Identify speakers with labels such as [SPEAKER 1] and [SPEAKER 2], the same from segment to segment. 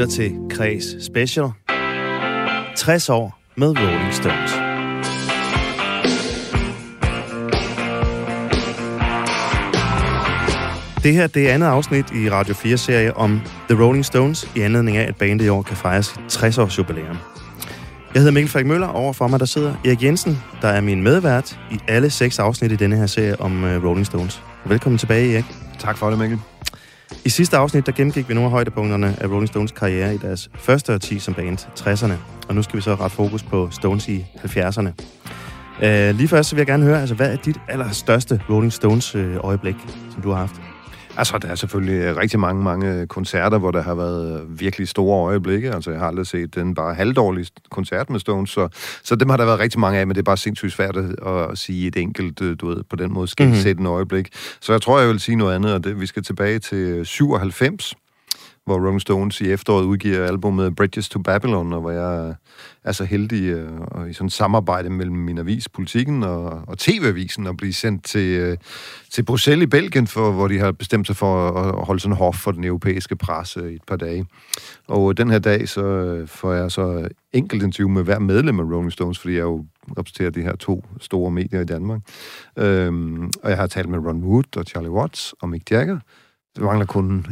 [SPEAKER 1] lytter til Kreds Special. 60 år med Rolling Stones. Det her det er andet afsnit i Radio 4-serie om The Rolling Stones, i anledning af, at bandet i år kan fejre sit 60-års jubilæum. Jeg hedder Mikkel Frederik Møller, overfor mig der sidder Erik Jensen, der er min medvært i alle 6 afsnit i denne her serie om Rolling Stones. Velkommen tilbage, Erik.
[SPEAKER 2] Tak for det, Mikkel.
[SPEAKER 1] I sidste afsnit, der gennemgik vi nogle af højdepunkterne af Rolling Stones karriere i deres første årti som band, 60'erne. Og nu skal vi så rette fokus på Stones i 70'erne. Lige først så vil jeg gerne høre, altså, hvad er dit allerstørste Rolling Stones øjeblik, som du har haft?
[SPEAKER 2] Altså, der er selvfølgelig rigtig mange koncerter, hvor der har været virkelig store øjeblikke. Altså, jeg har aldrig set den bare halvdårlig koncert med Stones, så dem har der været rigtig mange af, men det er bare sindssygt svært at sige et enkelt, du ved, på den måde sætte en øjeblik. Så jeg tror, jeg vil sige noget andet, og det, vi skal tilbage til 97, hvor Rolling Stones i efteråret udgiver albumet Bridges to Babylon, og hvor jeg er så heldig og i sådan et samarbejde mellem min avis, Politikken og TV-avisen, at blive sendt til Bruxelles i Belgien, hvor de har bestemt sig for at holde sådan hof for den europæiske presse i et par dage. Og den her dag, så får jeg så enkelt interview med hver medlem af Rolling Stones, fordi jeg jo repræsenterer de her 2 store medier i Danmark. Og jeg har talt med Ron Wood og Charlie Watts og Mick Jagger. Det mangler kun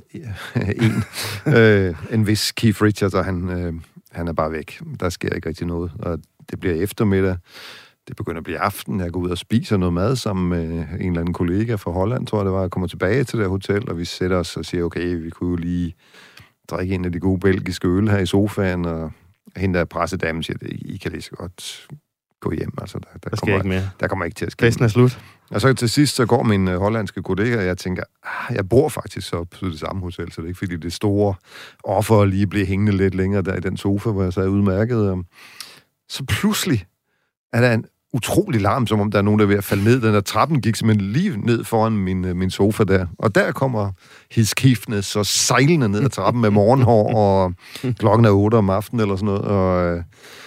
[SPEAKER 2] en vis Keith Richards, og han er bare væk. Der sker ikke rigtig noget, og det bliver eftermiddag. Det begynder at blive aften. Jeg går ud og spiser noget mad sammen med en eller anden kollega fra Holland, tror jeg det var. Jeg kommer tilbage til det hotel, og vi sætter os og siger, okay, vi kunne jo lige drikke en af de gode belgiske øl her i sofaen, og hende der pressedamen siger, I kan lige så godt gå hjem. Altså, der kommer ikke til at ske.
[SPEAKER 1] Festen er slut.
[SPEAKER 2] Og så til sidst, så går min hollandske kollega, og jeg tænker, jeg bor faktisk så på det samme hotel, så det er ikke fordi det store offer lige blev hængende lidt længere der i den sofa, hvor jeg sad udmærket. Så pludselig er der en utrolig larm, som om der er nogen, der er ved at falde ned. Den der trappen gik simpelthen lige ned foran min sofa der. Og der kommer Heath så sejlende ned ad trappen med morgenhår, og klokken er 8 om aftenen eller sådan noget, og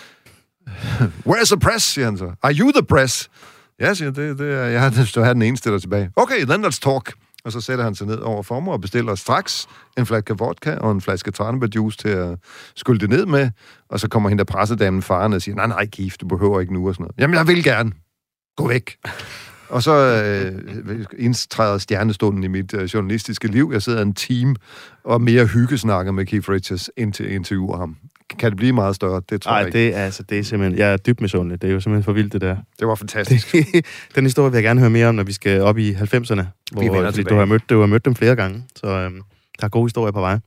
[SPEAKER 2] where's the press, siger han så. Are you the press? Ja, siger det er, jeg har den eneste der tilbage. Okay, then let's talk. Og så sætter han sig ned over for mig og bestiller straks en flaske vodka og en flaske tranebærjuice til at skylle det ned med. Og så kommer hende der pressedamen faren og siger, nej, Keith, du behøver ikke nu og sådan noget. Jamen, jeg vil gerne. Gå væk. Og så indtræder stjernestunden i mit journalistiske liv. Jeg sidder en time og mere hyggesnakker med Keith Richards indtil interviewer ham. Kan det blive meget større? Det tror jeg ikke.
[SPEAKER 1] Det er simpelthen... Jeg er dybt misundelig. Det er jo simpelthen for vildt, det der.
[SPEAKER 2] Det var fantastisk.
[SPEAKER 1] Den historie vil jeg gerne høre mere om, når vi skal op i 90'erne. Fordi du har mødt dem flere gange. Så der er gode historier på vej.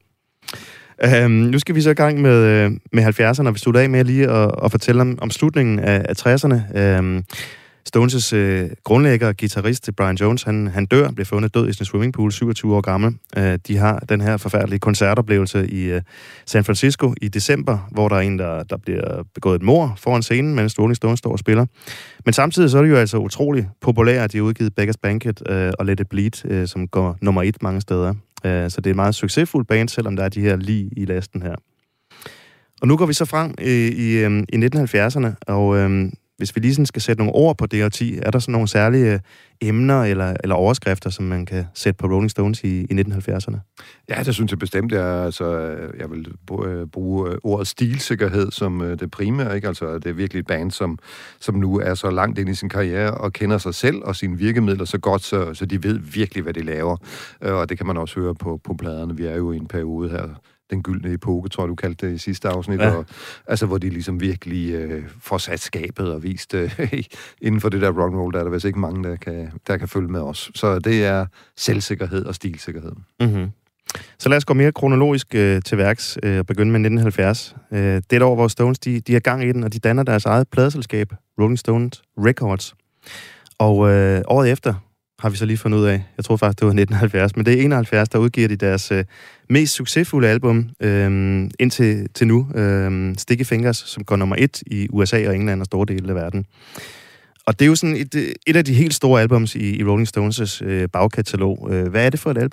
[SPEAKER 1] Nu skal vi så i gang med 70'erne, og vi slutter af med lige at fortælle om slutningen af 60'erne. Stones' grundlægger og guitarist Brian Jones, han dør, bliver fundet død i sin swimmingpool, 27 år gammel. De har den her forfærdelige koncertoplevelse i San Francisco i december, hvor der er en, der bliver begået et mord foran scenen, mens Rolling Stones står og spiller. Men samtidig så er det jo altså utrolig populært, at de har udgivet Beggars Banquet og Let It Bleed, som går nummer 1 mange steder. Så det er et meget succesfuldt band, selvom der er de her lig i lasten her. Og nu går vi så frem i 1970'erne, og hvis vi lige sådan skal sætte nogle ord på det årti, er der sådan nogle særlige emner eller overskrifter, som man kan sætte på Rolling Stones i 1970'erne?
[SPEAKER 2] Ja, det synes jeg bestemt. Jeg vil bruge ordet stilsikkerhed som det primære, ikke? Altså, det er virkelig et band, som nu er så langt ind i sin karriere og kender sig selv og sine virkemidler så godt, så de ved virkelig, hvad de laver. Og det kan man også høre på pladerne. Vi er jo i en periode her, den gyldne epoke, tror jeg, du kaldte det i sidste afsnit, ja. Altså, hvor de ligesom virkelig får sat skabet og vist inden for det der rock'n'roll, der er der vist ikke mange, der kan følge med os. Så det er selvsikkerhed og stilsikkerhed.
[SPEAKER 1] Mm-hmm. Så lad os gå mere kronologisk til værks og begynde med 1970. Det er et år, hvor Stones de er gang i den, og de danner deres eget pladeselskab, Rolling Stones Records. Og året efter har vi så lige fundet ud af, jeg tror faktisk, det var 1970, men det er 71, der udgiver de deres mest succesfulde album indtil nu, Sticky Fingers, som går nummer 1 i USA og England og store dele af verden. Og det er jo sådan et af de helt store albums i Rolling Stones' bagkatalog. Hvad er det for et album?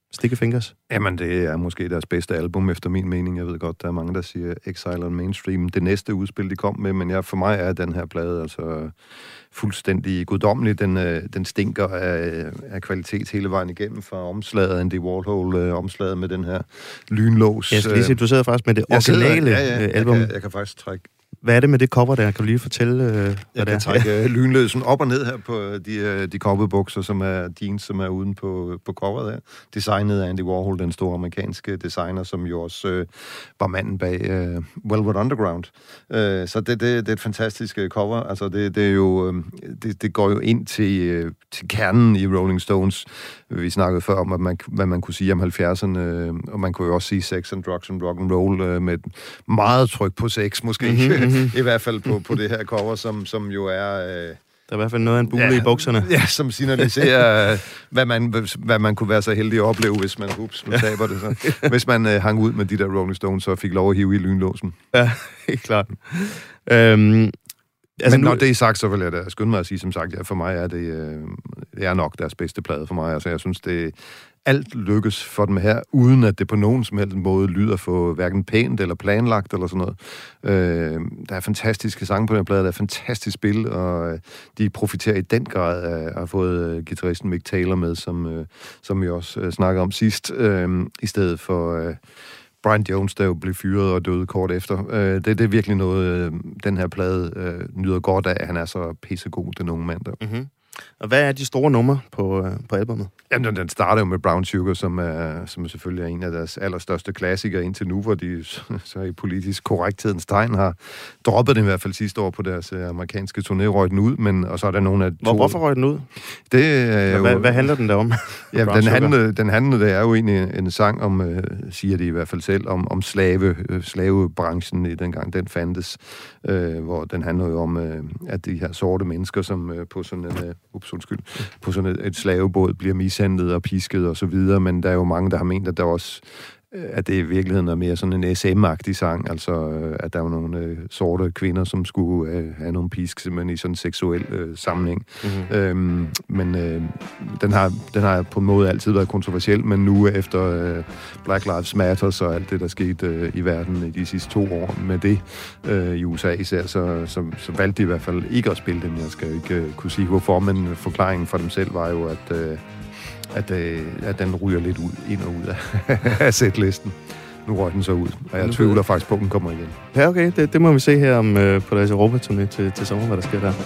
[SPEAKER 1] Sticky Fingers?
[SPEAKER 2] Jamen, det er måske deres bedste album, efter min mening. Jeg ved godt, der er mange, der siger Exile on Mainstream. Det næste udspil, de kom med, men for mig er den her plade altså fuldstændig guddommelig. Den stinker af kvalitet hele vejen igennem, fra omslaget af Andy Warhol, omslaget med den her lynlås.
[SPEAKER 1] Jeg skal lige sige, du sidder faktisk med det originale album.
[SPEAKER 2] Jeg kan faktisk trække.
[SPEAKER 1] Hvad er det med det cover der? Kan du lige fortælle, hvad det er?
[SPEAKER 2] Jeg kan trække lynløsen op og ned her på de cowboybukser, som er jeans, som er uden på coveret her. Designet af Andy Warhol, den store amerikanske designer, som jo også var manden bag Velvet Underground. Så det er et fantastisk cover. Altså det er jo det går jo ind til kernen i Rolling Stones. Vi snakkede før om, hvad man kunne sige om 70'erne, og man kunne jo også sige sex and drugs and rock and roll med meget tryk på sex, måske. I hvert fald på det her cover, som jo er...
[SPEAKER 1] der er i hvert fald noget af en bule i bukserne.
[SPEAKER 2] Ja, som signaliserer, hvad man kunne være så heldig at opleve, hvis man... nu taber det så. Hvis man hang ud med de der Rolling Stones, så fik lov at hive i lynlåsen.
[SPEAKER 1] Ja, helt klart.
[SPEAKER 2] Men når det er sagt, så vil jeg da skynde mig at sige, som sagt, for mig er det er nok deres bedste plade for mig. Altså, jeg synes, alt lykkes for dem her, uden at det på nogen som helst måde lyder for hverken pænt eller planlagt eller sådan noget. Der er fantastiske sange på den plade, der er fantastisk spil, og de profiterer i den grad af at have fået guitaristen Mick Taylor med, som vi også snakkede om sidst, i stedet for... Brian Jones, der jo blev fyret og døde kort efter. Det er virkelig noget, den her plade nyder godt af. Han er så pissegod, den unge mand der. Mm-hmm.
[SPEAKER 1] Og hvad er de store numre på albumet?
[SPEAKER 2] Jamen, den starter jo med Brown Sugar, som selvfølgelig er en af deres allerstørste klassikere indtil nu, hvor de så i politisk korrekthedens tegn har droppet den i hvert fald sidste år på deres amerikanske turné, røg den ud, og så er der nogle af...
[SPEAKER 1] Hvorfor røg den ud?
[SPEAKER 2] Det er jo... Hvad
[SPEAKER 1] handler den der om?
[SPEAKER 2] Ja, den handler, det er jo egentlig en sang om, siger de i hvert fald selv, om slavebranchen i dengang den fandtes, hvor den handler jo om, at de her sorte mennesker, som på sådan en... på sådan et slavebåd bliver mishandlet og pisket og så videre, men der er jo mange, der har ment, at der også at det i virkeligheden er mere sådan en SM-agtig sang, altså at der er nogle sorte kvinder, som skulle have nogle pisk, simpelthen i sådan en seksuel sammenhæng. Mm-hmm. Men den har på en måde altid været kontroversiel, men nu efter Black Lives Matter og alt det, der skete i verden i de sidste 2 år med det i USA især, så valgte de i hvert fald ikke at spille den. Jeg skal ikke kunne sige hvorfor, men forklaringen fra dem selv var jo, at den ryger lidt ind og ud af setlisten. Nu røg den så ud, og jeg tvivler faktisk på, at den kommer igen.
[SPEAKER 1] Ja, okay. Det må vi se her på deres Europa-turné til sommer, hvad der sker der.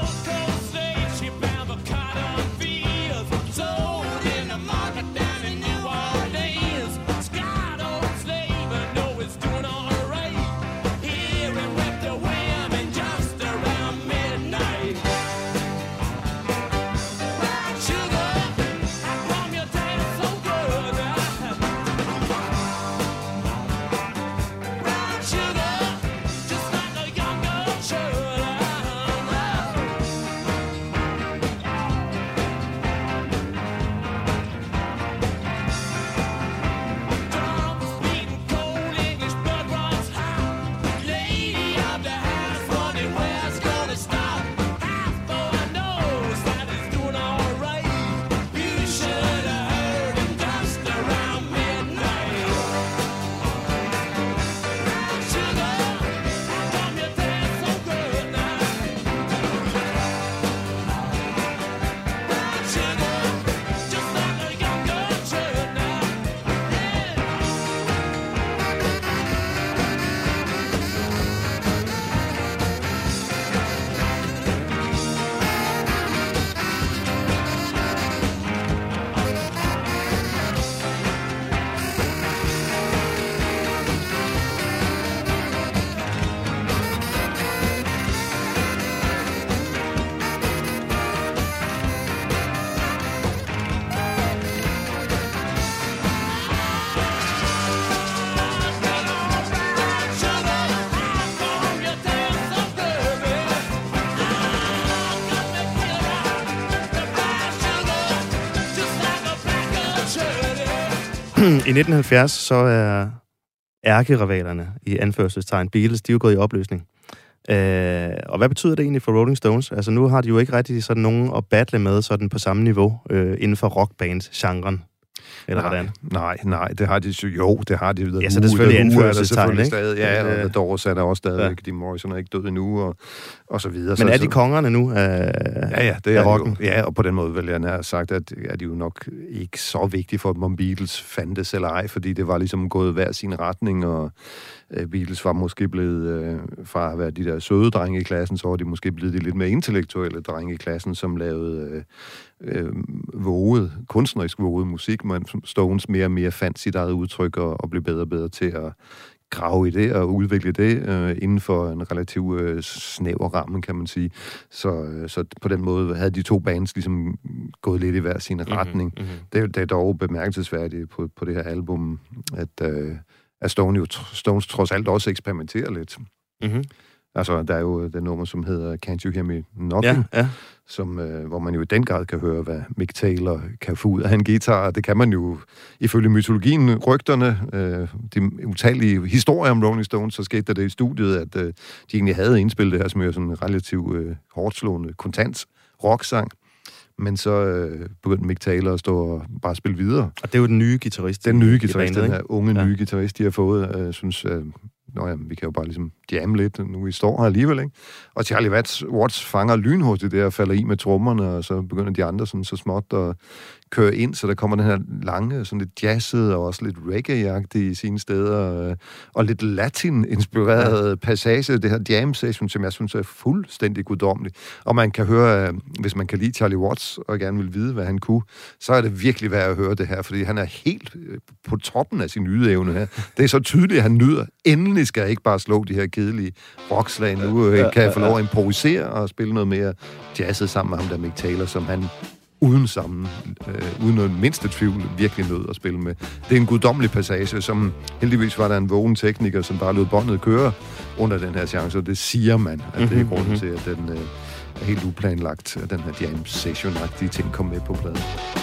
[SPEAKER 1] I 1970 så er ærkerivalerne i anførselstegn Beatles, de er jo gået i opløsning. Og hvad betyder det egentlig for Rolling Stones? Altså nu har de jo ikke rigtig sådan nogen at battle med sådan på samme niveau inden for rockband-genren. Eller hvordan?
[SPEAKER 2] Nej, det har de jo, det har de.
[SPEAKER 1] Ja, så det er selvfølgelig anførselstegn, ikke?
[SPEAKER 2] Stadig, ja, og The Doors er der også stadig. Jim Morrison er ikke død endnu, og så videre.
[SPEAKER 1] Men er de kongerne nu
[SPEAKER 2] ja, det er rocken? Ja, og på den måde vil jeg have sagt, at er de jo nok ikke så vigtige for dem, om Beatles fandtes eller ej, fordi det var ligesom gået hver sin retning, og Beatles var måske blevet, fra at være de der søde drenge i klassen, så var de måske blevet de lidt mere intellektuelle drenge i klassen, som lavede kunstnerisk våget musik, men Stones mere og mere fandt sit eget udtryk og blev bedre og bedre til at grave i det og udvikle det inden for en relativt snæver ramme, kan man sige. Så på den måde havde de to bands ligesom gået lidt i hver sin retning. Det er dog bemærkelsesværdigt på det her album, at Stones trods alt også eksperimenterer lidt. Altså, der er jo det nummer, som hedder Can't You Hear Me Knocking, hvor man jo i den grad kan høre, hvad Mick Taylor kan få ud af en guitar. Det kan man jo, ifølge mytologien, rygterne, de utallige historier om Rolling Stones, så skete der det i studiet, at de egentlig havde indspillet det her, som er sådan en relativt hårdslående, kontant rocksang. Men så begyndte Mick Taylor at stå og bare spille videre.
[SPEAKER 1] Og det er jo den nye guitarist.
[SPEAKER 2] Den nye guitarist, den her unge nye guitarist, de har fået, synes... vi kan jo bare ligesom jamme lidt, nu vi står her alligevel, ikke? Og Charlie Watts fanger lynhurtigt det og falder i med trommerne, og så begynder de andre sådan så småt at køre ind, så der kommer den her lange, sådan lidt jazzede og også lidt reggae-agtige i sine steder, og lidt latin-inspireret passage, det her jam session, som jeg synes er fuldstændig guddommeligt. Og man kan høre, hvis man kan lide Charlie Watts og gerne vil vide, hvad han kunne, så er det virkelig værd at høre det her, fordi han er helt på toppen af sin ydeevne her. Det er så tydeligt, at han nyder. Endelig skal jeg ikke bare slå de her kedelige rockslag nu. Kan jeg få lov at improvisere og spille noget mere jazzet sammen med ham der Mick Taylor, som han uden noget mindste tvivl virkelig nød at spille med. Det er en guddommelig passage, som heldigvis var der en vågen tekniker, som bare lod båndet køre under den her chance, og det siger man, at det er grunden til, at den er helt uplanlagt, at den her jam session-agtige ting kom med på pladen.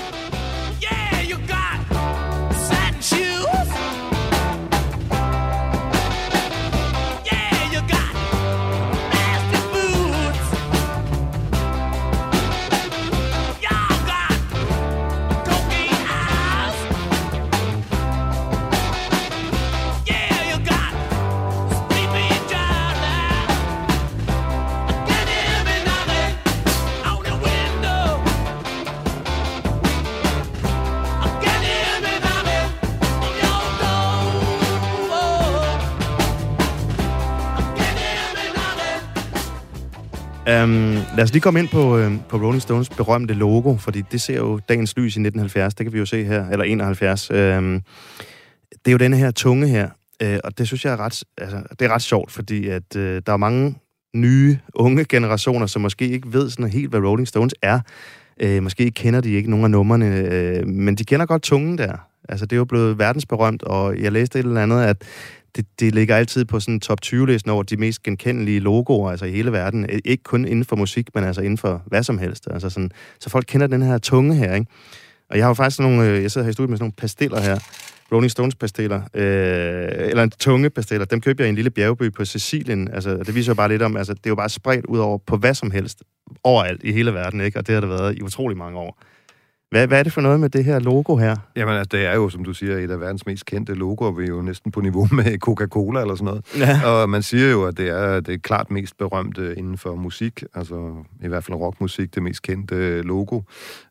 [SPEAKER 1] Lad os lige komme ind på Rolling Stones berømte logo, fordi det ser jo dagens lys i 1970, det kan vi jo se her, eller 71. Det er jo denne her tunge her, og det synes jeg det er ret sjovt, fordi at der er mange nye, unge generationer, som måske ikke ved sådan helt, hvad Rolling Stones er. Måske kender de ikke nogen af numrene, men de kender godt tungen der. Altså, det er jo blevet verdensberømt, og jeg læste et eller andet, at det ligger altid på sådan en top 20-listen over de mest genkendelige logoer, altså i hele verden. Ikke kun inden for musik, men altså inden for hvad som helst. Altså sådan, så folk kender den her tunge her, ikke? Og jeg har jo faktisk jeg sidder her i studiet med sådan nogle pastiller her, Rolling Stones pastiller, eller en tunge pastiller. Dem købte jeg i en lille bjergby på Sicilien. Altså, det viser jo bare lidt om, altså, det er jo bare spredt ud over på hvad som helst, overalt i hele verden, ikke? Og det har det været i utrolig mange år. Hvad er det for noget med det her logo her?
[SPEAKER 2] Jamen, altså, det er jo, som du siger, et af verdens mest kendte logoer. Vi er jo næsten på niveau med Coca-Cola eller sådan noget. Ja. Og man siger jo, at det er klart mest berømte inden for musik. Altså, i hvert fald rockmusik, det mest kendte logo.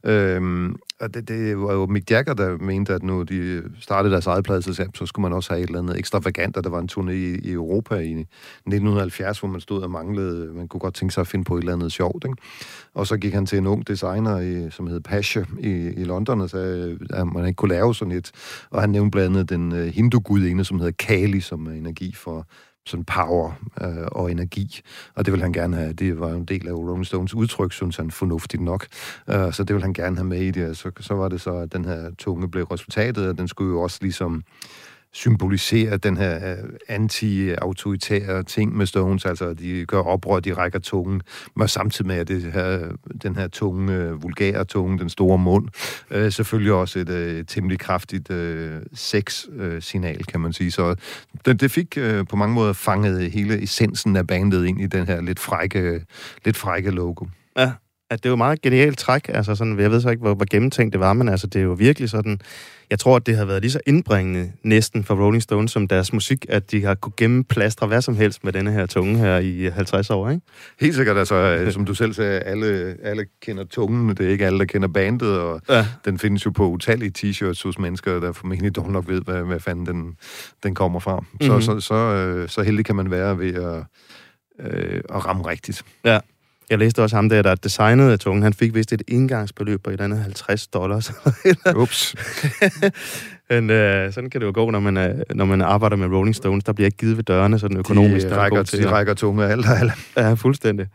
[SPEAKER 2] Og det var jo Mick Jagger, der mente, at når de startede deres eget pladeselskab, så skulle man også have et eller andet ekstravagant, og der var en turné i Europa i 1970, hvor man stod og manglede, man kunne godt tænke sig at finde på et eller andet sjovt, ikke? Og så gik han til en ung designer, som hed Pasha i London, og sagde, at man ikke kunne lave sådan et, og han nævnte blandt andet den hindu-gudinde, som hedder Kali, som er energi for sådan power og energi, og det vil han gerne have. Det var en del af Rolling Stones udtryk, synes han, fornuftigt nok. Så det vil han gerne have med i det. Så var det så, at den her tunge blev resultatet, og den skulle jo også ligesom symbolisere den her anti-autoritære ting med Stones, altså de gør oprør, de rækker tungen, men samtidig med at den her tunge, vulgære tunge, den store mund, selvfølgelig også et temmelig kraftigt sex-signal, kan man sige. Så det fik på mange måder fanget hele essensen af bandet ind i den her lidt frække logo.
[SPEAKER 1] Ja. at det er jo meget genialt træk, altså sådan, jeg ved så ikke, hvor gennemtænkt det var, men altså, det er jo virkelig sådan, jeg tror, at det har været lige så indbringende næsten for Rolling Stones som deres musik, at de har kunne gennemplastre hvad som helst med denne her tunge her i 50 år, ikke?
[SPEAKER 2] Helt sikkert, altså, som du selv sagde, alle kender tungen, det er ikke alle, der kender bandet, og den findes jo på utallige t-shirts hos mennesker, der formentlig dog nok ved, hvad fanden den kommer fra. Så heldig kan man være ved at ramme rigtigt. Ja.
[SPEAKER 1] Jeg læste også ham der designede tungen. Han fik vist et engangsbeløb på et andet $50.
[SPEAKER 2] Ups.
[SPEAKER 1] Men sådan kan det jo gå, når man arbejder med Rolling Stones. Der bliver ikke givet ved dørene sådan økonomisk.
[SPEAKER 2] De rækker tunge alt.
[SPEAKER 1] Ja, fuldstændig.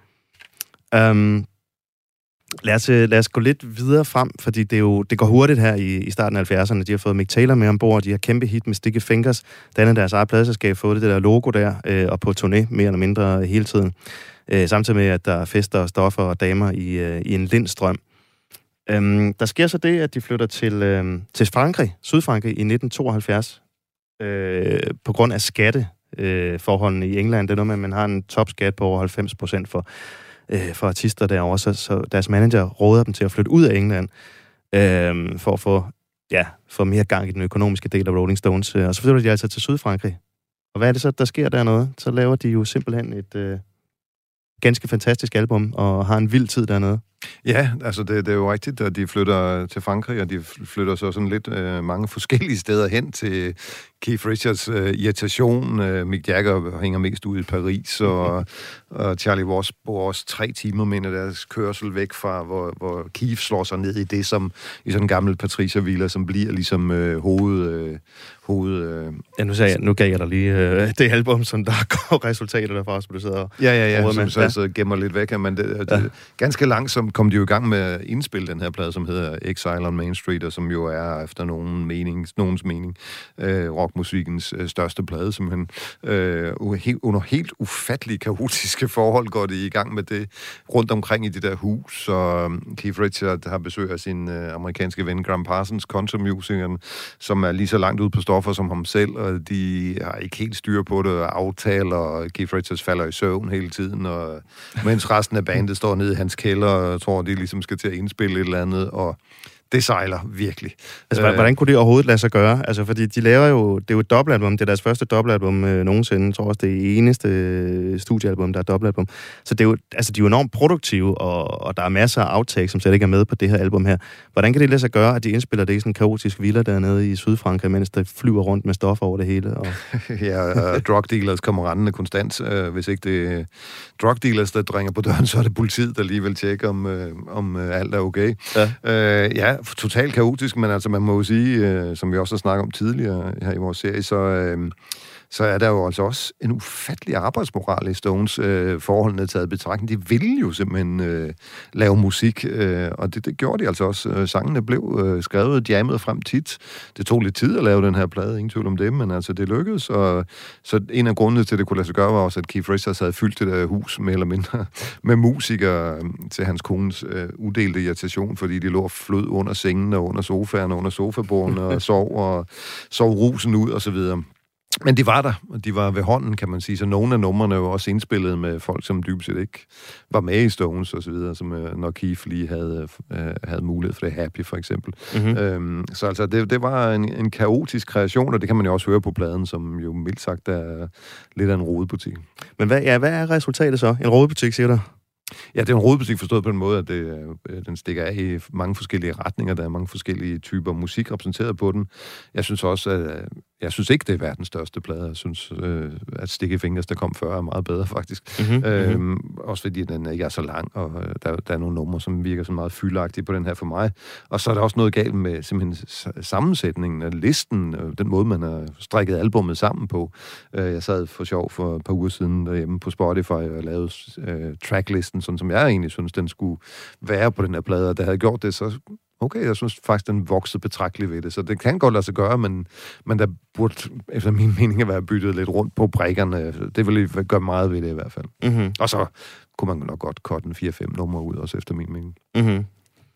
[SPEAKER 1] Lad os gå lidt videre frem, fordi det går hurtigt her i starten af 70'erne. De har fået Mick Taylor med ombord, de har kæmpe hit med Sticky Fingers, dannet deres eget pladeselskab, fået det der logo der, og på turné mere eller mindre hele tiden. Samtidig med, at der er fester, stoffer og damer i en lindstrøm. Der sker så det, at de flytter til Frankrig, Sydfrankrig, i 1972, på grund af skatteforholdene i England. Det er noget med, at man har en topskat på over 90% for artister derovre, så deres manager råder dem til at flytte ud af England, for at få mere gang i den økonomiske del af Rolling Stones. Og så flytter de altså til Sydfrankrig. Og hvad er det så, der sker dernede? Så laver de jo simpelthen et ganske fantastisk album, og har en vild tid dernede.
[SPEAKER 2] Ja, altså det er jo rigtigt, at de flytter til Frankrig, og de flytter så sådan lidt mange forskellige steder hen til Keith Richards irritation. Mick Jagger hænger mest ude i Paris, og Charlie Watts bor også 3 timer med deres kørsel væk fra, hvor Keith slår sig ned i det, som i sådan en gammel patriciervilla, som bliver ligesom hoved.
[SPEAKER 1] Ja, nu gav jeg dig lige det album, som der går resultater derfra, som du sidder og
[SPEAKER 2] som så gemmer lidt væk. Men det ganske langsomt kom de jo i gang med at indspille den her plade, som hedder Exile on Main Street, og som jo er efter nogens mening rockmusikkens største plade, simpelthen. Under helt ufattelige, kaotiske forhold går de i gang med det rundt omkring i det der hus, og Keith Richards har besøg af sin amerikanske ven Graham Parsons, countrymusikeren, som er lige så langt ude på stoffer som ham selv, og de har ikke helt styr på det, og aftaler, og Keith Richards falder i søvn hele tiden, og mens resten af bandet står nede i hans kælder, og tror, de ligesom skal til at indspille et eller andet, og det sejler virkelig.
[SPEAKER 1] Altså, hvordan kunne det overhovedet lade sig gøre? Altså, fordi de laver jo, det er jo et dobbeltalbum, det er deres første dobbeltalbum nogensinde, jeg tror også, det er eneste studiealbum, der er dobbeltalbum. Så det er jo, altså, de er jo enormt produktive, og der er masser af outtakes, som slet ikke er med på det her album her. Hvordan kan det lade sig gøre, at de indspiller det i sådan en kaotisk villa dernede i Sydfrankrig, mens der flyver rundt med stoffer over det hele? Og...
[SPEAKER 2] ja, drug dealers kommer rendende konstant. Hvis ikke det er drug dealers, der ringer på døren, så er det politiet, der alligevel tjekker, om alt er okay. Ja. Totalt kaotisk, men altså man må jo sige, som vi også har snakket om tidligere her i vores serie, så er der jo altså også en ufattelig arbejdsmoral i Stones, forholdene taget i betragtning. De ville jo simpelthen lave musik, og det gjorde de altså også. Sangene blev skrevet, jammet frem tit. Det tog lidt tid at lave den her plade, ingen tvivl om det, men altså det lykkedes, og så en af grundene til, at det kunne lade sig gøre, var også, at Keith Richards havde fyldt det der hus mere eller mindre med musikere til hans kones udelte irritation, fordi de lå og flød under sengen og under sofaen og under sofabordene og sov rusen ud og så videre. Men de var der, og de var ved hånden, kan man sige, så nogle af numrene jo også indspillet med folk, som dybest set ikke var med i Stones og så videre, som når Keith lige havde mulighed for det, Happy for eksempel. Mm-hmm. Så altså, det var en kaotisk kreation, og det kan man jo også høre på pladen, som jo mildt sagt er lidt af en rodebutik.
[SPEAKER 1] Men hvad er resultatet så? En rodebutik, siger du?
[SPEAKER 2] Ja, det er en rodebutik forstået på den måde, at den stikker af i mange forskellige retninger. Der er mange forskellige typer musik repræsenteret på den. Jeg synes også, at jeg synes ikke, det er verdens største plade. Jeg synes, at Sticky Fingers, der kom før, er meget bedre, faktisk. Mm-hmm. Også fordi den ikke er så lang, og der er nogle numre, som virker så meget fyldagtige på den her for mig. Og så er der også noget galt med simpelthen sammensætningen af listen, den måde, man har strikket albummet sammen på. Jeg sad for sjov for et par uger siden derhjemme på Spotify og lavede tracklisten, sådan som jeg egentlig synes, den skulle være på den her plade. Og da jeg havde gjort det, så okay, jeg synes faktisk, den voksede betragteligt ved det. Så det kan godt lade sig gøre, men der burde, efter min mening, være byttet lidt rundt på brikkerne. Det ville gøre meget ved det i hvert fald. Mm-hmm. Og så kunne man nok godt cutte 4-5 numre ud, også efter min mening.
[SPEAKER 1] Mm-hmm.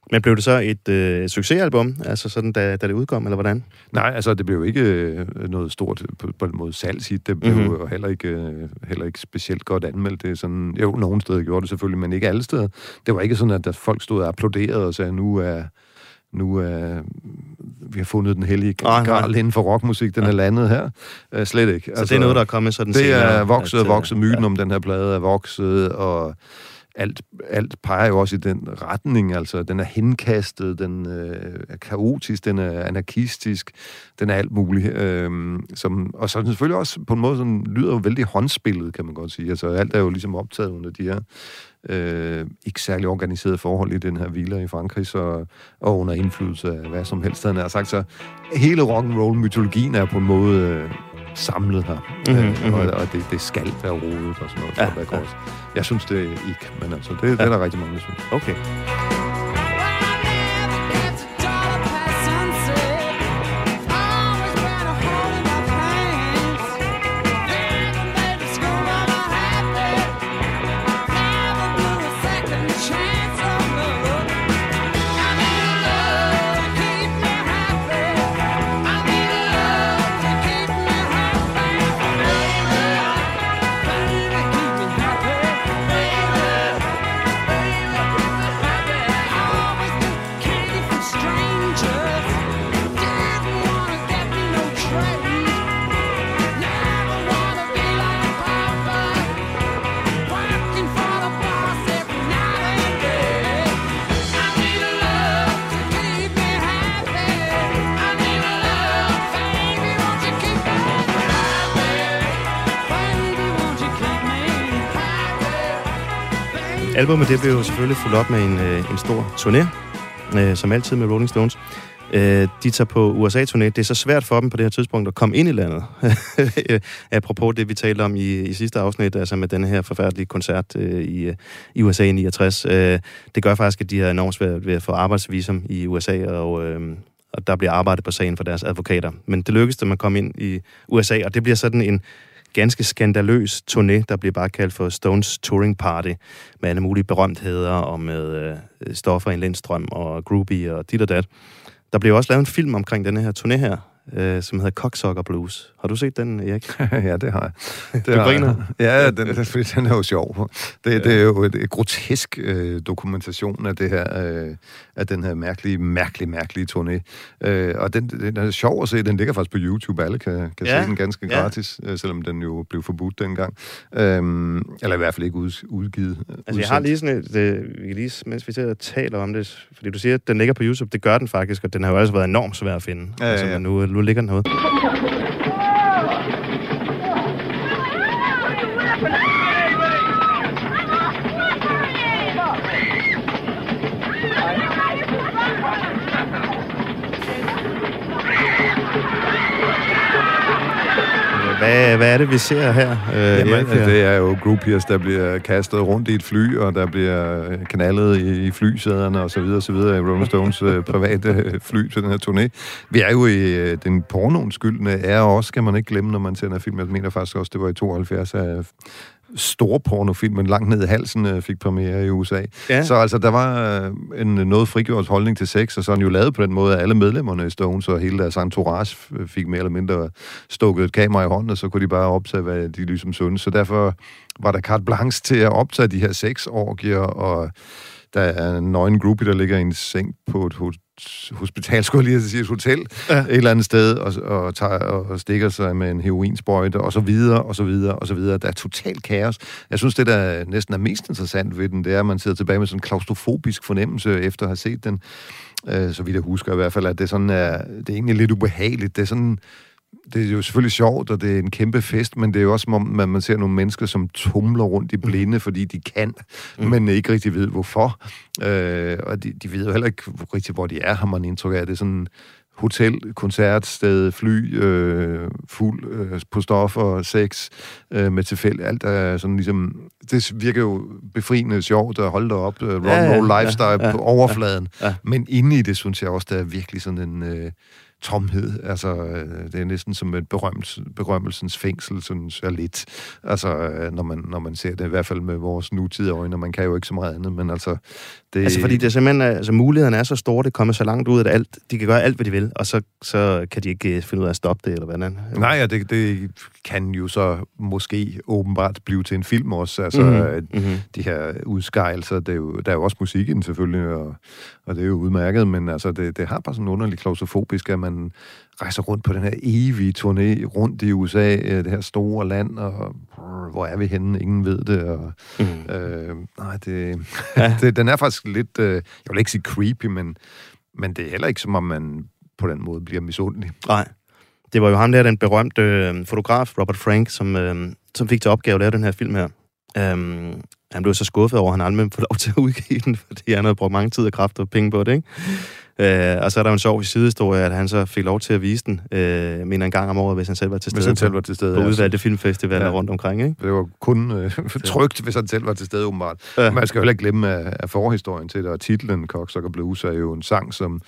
[SPEAKER 1] Men blev det så et succesalbum, altså sådan, da det udkom, eller hvordan?
[SPEAKER 2] Nej, altså det blev ikke noget stort på en måde salgshit. Det blev jo heller ikke specielt godt anmeldt. Det er sådan, jo, nogle steder gjorde det selvfølgelig, men ikke alle steder. Det var ikke sådan, at folk stod og applauderede og sagde, nu vi har fundet den hellige gral inden for rockmusik, den er landet her. Slet ikke.
[SPEAKER 1] Så det er noget, der er kommet sådan
[SPEAKER 2] senere? Det er vokset. Myten om den her plade er vokset, og alt peger jo også i den retning, altså den er henkastet, den er kaotisk, den er anarkistisk, den er alt muligt. Og så selvfølgelig også på en måde sådan, lyder jo vældig håndspillet, kan man godt sige. Altså alt er jo ligesom optaget under de her ikke særlig organiserede forhold i den her villa i Frankrig, og under indflydelse af hvad som helst, han har sagt. Så hele rock'n'roll-mytologien er på en måde samlet her. Og det skal være rodet og sådan noget. Ja. Jeg synes det ikke, men altså, det er der rigtig mange, der synes.
[SPEAKER 1] Okay. Albummet, det blev jo selvfølgelig fuldt op med en stor turné, som altid med Rolling Stones. De tager på USA-turné. Det er så svært for dem på det her tidspunkt at komme ind i landet. Apropos det, vi talte om i sidste afsnit, altså med denne her forfærdelige koncert i USA i 69. Det gør faktisk, at de har enormt svært ved at få arbejdsvisum i USA, og der bliver arbejdet på sagen for deres advokater. Men det lykkedes dem at komme ind i USA, og det bliver sådan en ganske skandaløs turné, der bliver bare kaldt for Stones Touring Party, med alle mulige berømtheder, og med Stoffer Lindstrøm og Groupie og dit og dat. Der blev også lavet en film omkring denne her turné her, som hedder Cocksucker Blues. Har du set den, Erik?
[SPEAKER 2] Ja, det har jeg.
[SPEAKER 1] Du griner?
[SPEAKER 2] Ja, den er jo sjov. Det er jo et grotesk dokumentation af det her, af den her mærkelige turné. Og den er sjov at se. Den ligger faktisk på YouTube. Alle kan se den ganske gratis, selvom den jo blev forbudt dengang. Eller i hvert fald ikke udgivet.
[SPEAKER 1] Altså, jeg har lige sådan vi kan lige, mens vi sidder og taler om det, fordi du siger, at den ligger på YouTube. Det gør den faktisk, og den har jo også været enormt svær at finde. Ja, altså, ja. Nu ligger den herude. Hvad er det, vi ser her?
[SPEAKER 2] Jamen, det er jo groupies, der bliver kastet rundt i et fly, og der bliver knaldet i flysæderne og så videre i Rolling Stones private fly til den her turné. Vi er jo i den pornoens skyldne ære også, kan man ikke glemme, når man ser en film. Jeg mener faktisk også, det var i 72 af store pornofilmen Langt ned i halsen fik premiere i USA. Ja. Så altså, der var en noget frigjort holdning til sex, og sådan jo lavet på den måde, at alle medlemmerne i Stones og hele deres entourage fik mere eller mindre stukket et kamera i hånden, og så kunne de bare optage, hvad de ligesom syntes. Så derfor var der carte blanche til at optage de her sexorgier, og der er en nøgen groupie, der ligger i en seng på et hospital, skulle jeg lige sige, et hotel, et eller andet sted, og stikker sig med en heroinsprøjte, og så videre, og så videre, og så videre. Der er total kaos. Jeg synes, det, der næsten er mest interessant ved den, det er, at man sidder tilbage med sådan en klaustrofobisk fornemmelse, efter at have set den, så vidt jeg husker i hvert fald, at det er egentlig lidt ubehageligt. Det er jo selvfølgelig sjovt, og det er en kæmpe fest, men det er jo også, som om man ser nogle mennesker, som tumler rundt i blinde, fordi de kan, men ikke rigtig ved, hvorfor. Og de ved jo heller ikke rigtig, hvor de er, har man indtryk af. Det er sådan hotel, koncertsted, fly, fuld på stoffer, sex, med tilfælde. Alt er sådan ligesom... Det virker jo befriende sjovt at holde dig op. Rock'n'roll lifestyle på overfladen. Men inde i det, synes jeg også, der er virkelig sådan en... tomhed. Altså, det er næsten som et berømmelsens fængsel, sådan så lidt. Altså, når man ser det, i hvert fald med vores nutidige øjne, man kan jo ikke så meget andet, men altså... Det...
[SPEAKER 1] Altså, fordi det er simpelthen, altså, mulighederne er så store, det kommer så langt ud, at de kan gøre alt, hvad de vil, og så kan de ikke finde ud af at stoppe det, eller hvordan?
[SPEAKER 2] Nej, ja, det kan jo så måske åbenbart blive til en film også. Altså, de her udskejelser, der er jo også musik i den selvfølgelig, og det er jo udmærket, men altså, det har bare sådan en underlig klaustrofobisk, at man rejser rundt på den her evige turné rundt i USA, det her store land, og hvor er vi henne? Ingen ved det. Og, den er faktisk lidt, jeg vil ikke sige creepy, men det er heller ikke, som om man på den måde bliver misundelig.
[SPEAKER 1] Nej. Det var jo ham der, den berømte fotograf, Robert Frank, som fik til opgave at lave den her film her. Han blev så skuffet over, at han aldrig fik lov til at udgive den, fordi han havde brugt mange tid og kræfter og penge på det, ikke? Og så er der jo en sjov sidehistorie, at han så fik lov til at vise den, mener en gang om året, hvis han selv var til stede. På udvalgte filmfestivaler rundt omkring, ikke?
[SPEAKER 2] Det var kun trygt, hvis han selv var til stede, åbenbart. Ja. Man skal jo heller ikke glemme af forhistorien til det, og titlen Cocksucker Blues er jo en sang, som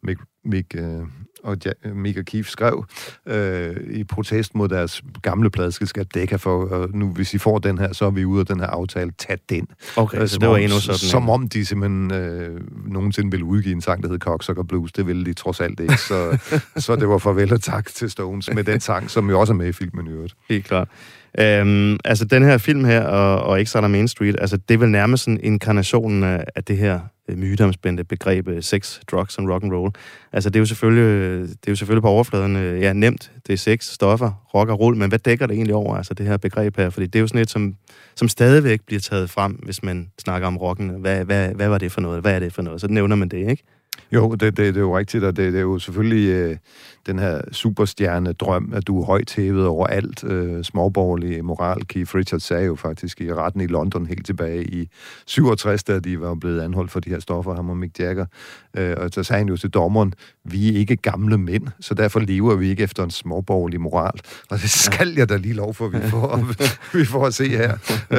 [SPEAKER 2] Mick og Keith skrev i protest mod deres gamle pladeselskab Decca for, og nu hvis I får den her, så er vi ude af den her aftale, tag den.
[SPEAKER 1] Okay, så det var endnu sådan.
[SPEAKER 2] Som om de simpelthen nogensinde ville udgive en sang, der hed Cocksucker Blues. Det ville de trods alt ikke, så det var farvel og tak til Stones med den sang, som jo også er med i filmen i øvrigt.
[SPEAKER 1] Helt klart. Altså den her film her, og Exile on Main Street, altså det er vel nærmest sådan inkarnationen af det her myteomspændte begreb sex, drugs and rock and roll. Altså det er jo selvfølgelig på overfladen nemt. Det er sex, stoffer, rock og roll, men hvad dækker det egentlig over, altså det her begreb her? Fordi det er jo sådan et, som stadigvæk bliver taget frem, hvis man snakker om rocken. Hvad var det for noget? Hvad er det for noget? Så nævner man det, ikke?
[SPEAKER 2] Jo, det er jo rigtigt, og det er jo selvfølgelig den her superstjerne-drøm, at du er højt hævet over alt småborgerlig moral. Keith Richards sagde jo faktisk i retten i London helt tilbage i 67, da de var blevet anholdt for de her stoffer, ham og Mick Jagger. Og så sagde han jo til dommeren, vi er ikke gamle mænd, så derfor lever vi ikke efter en småborgerlig moral. Og det skal jeg da lige lov for, vi får at se her.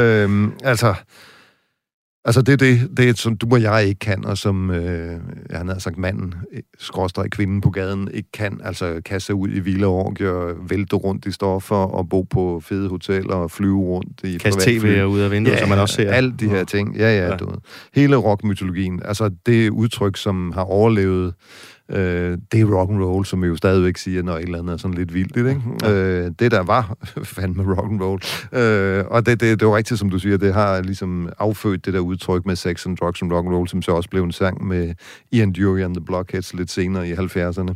[SPEAKER 2] Altså, det er som du og jeg ikke kan, og som, han havde sagt, manden, / kvinden på gaden, ikke kan, altså kaste sig ud i vilde orgier, vælte rundt i stoffer, og bo på fede hoteller, og flyve rundt i
[SPEAKER 1] kaste tv ud af vinduet, som man også ser.
[SPEAKER 2] Alle de her ting. Ja. Du ved. Hele rockmytologien, altså det udtryk, som har overlevet, det er rock and roll, som vi jo stadigvæk siger, når et eller andet er sådan lidt vildt, ikke? Det der var fandme rock and roll. Og det er jo rigtigt, som du siger, det har ligesom affødt det der udtryk med sex and drugs and rock and roll, som så også blev en sang med Ian Dury and the Blockheads lidt senere i 70'erne.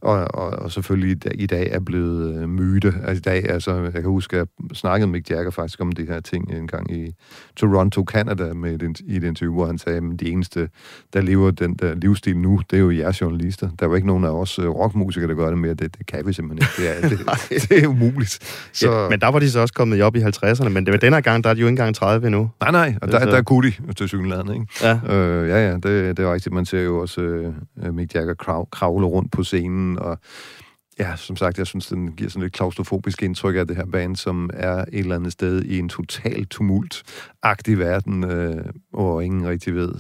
[SPEAKER 2] Og selvfølgelig i dag er blevet myte. Altså i dag, jeg kan huske, at jeg snakkede med Mick Jagger faktisk om de her ting en gang i Toronto, Canada, i et interview, hvor han sagde, at de eneste, der lever den der livsstil nu, det er jo jeres journalister. Der er jo ikke nogen af os rockmusikere, der gør det mere. Det kan vi simpelthen ikke. Det er umuligt. Så... Ja,
[SPEAKER 1] men der var de så også kommet op i 50'erne, men det var denne gang, der er de jo ikke engang 30 endnu.
[SPEAKER 2] Nej, og der kunne de til synligheden, ikke? Ja. Det er rigtigt. Man ser jo også Mick Jagger kravle rundt på scenen, og ja, som sagt, jeg synes, den giver sådan et klaustrofobisk indtryk af det her band, som er et eller andet sted i en total tumult-agtig verden, hvor ingen rigtig ved,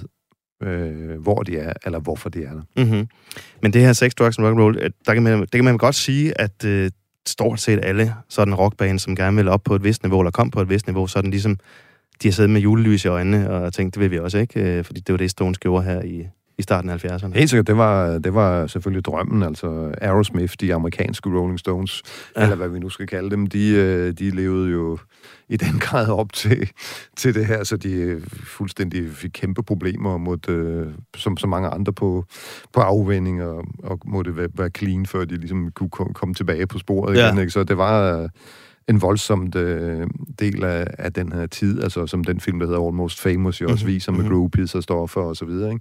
[SPEAKER 2] hvor de er, eller hvorfor de er der.
[SPEAKER 1] Mm-hmm. Men det her sex, drugs and rock and roll, det kan man godt sige, at stort set alle sådan rockband, som gerne vil op på et vist niveau, eller kom på et vist niveau, så er den ligesom, de har siddet med julelys i øjnene, og tænkt, det vil vi også, ikke? Fordi det var det, Stones gjorde her i starten af 70'erne.
[SPEAKER 2] Helt sikkert, det var selvfølgelig drømmen, altså Aerosmith, de amerikanske Rolling Stones, eller hvad vi nu skal kalde dem, de levede jo i den grad op til det her, så de fuldstændig fik kæmpe problemer som så mange andre på afvinding, og måtte være clean, før de ligesom kunne komme tilbage på sporet igen, ikke? Så det var en voldsom del af den her tid, altså som den film, der hedder Almost Famous, jo også viser med groupies og stoffer og så videre,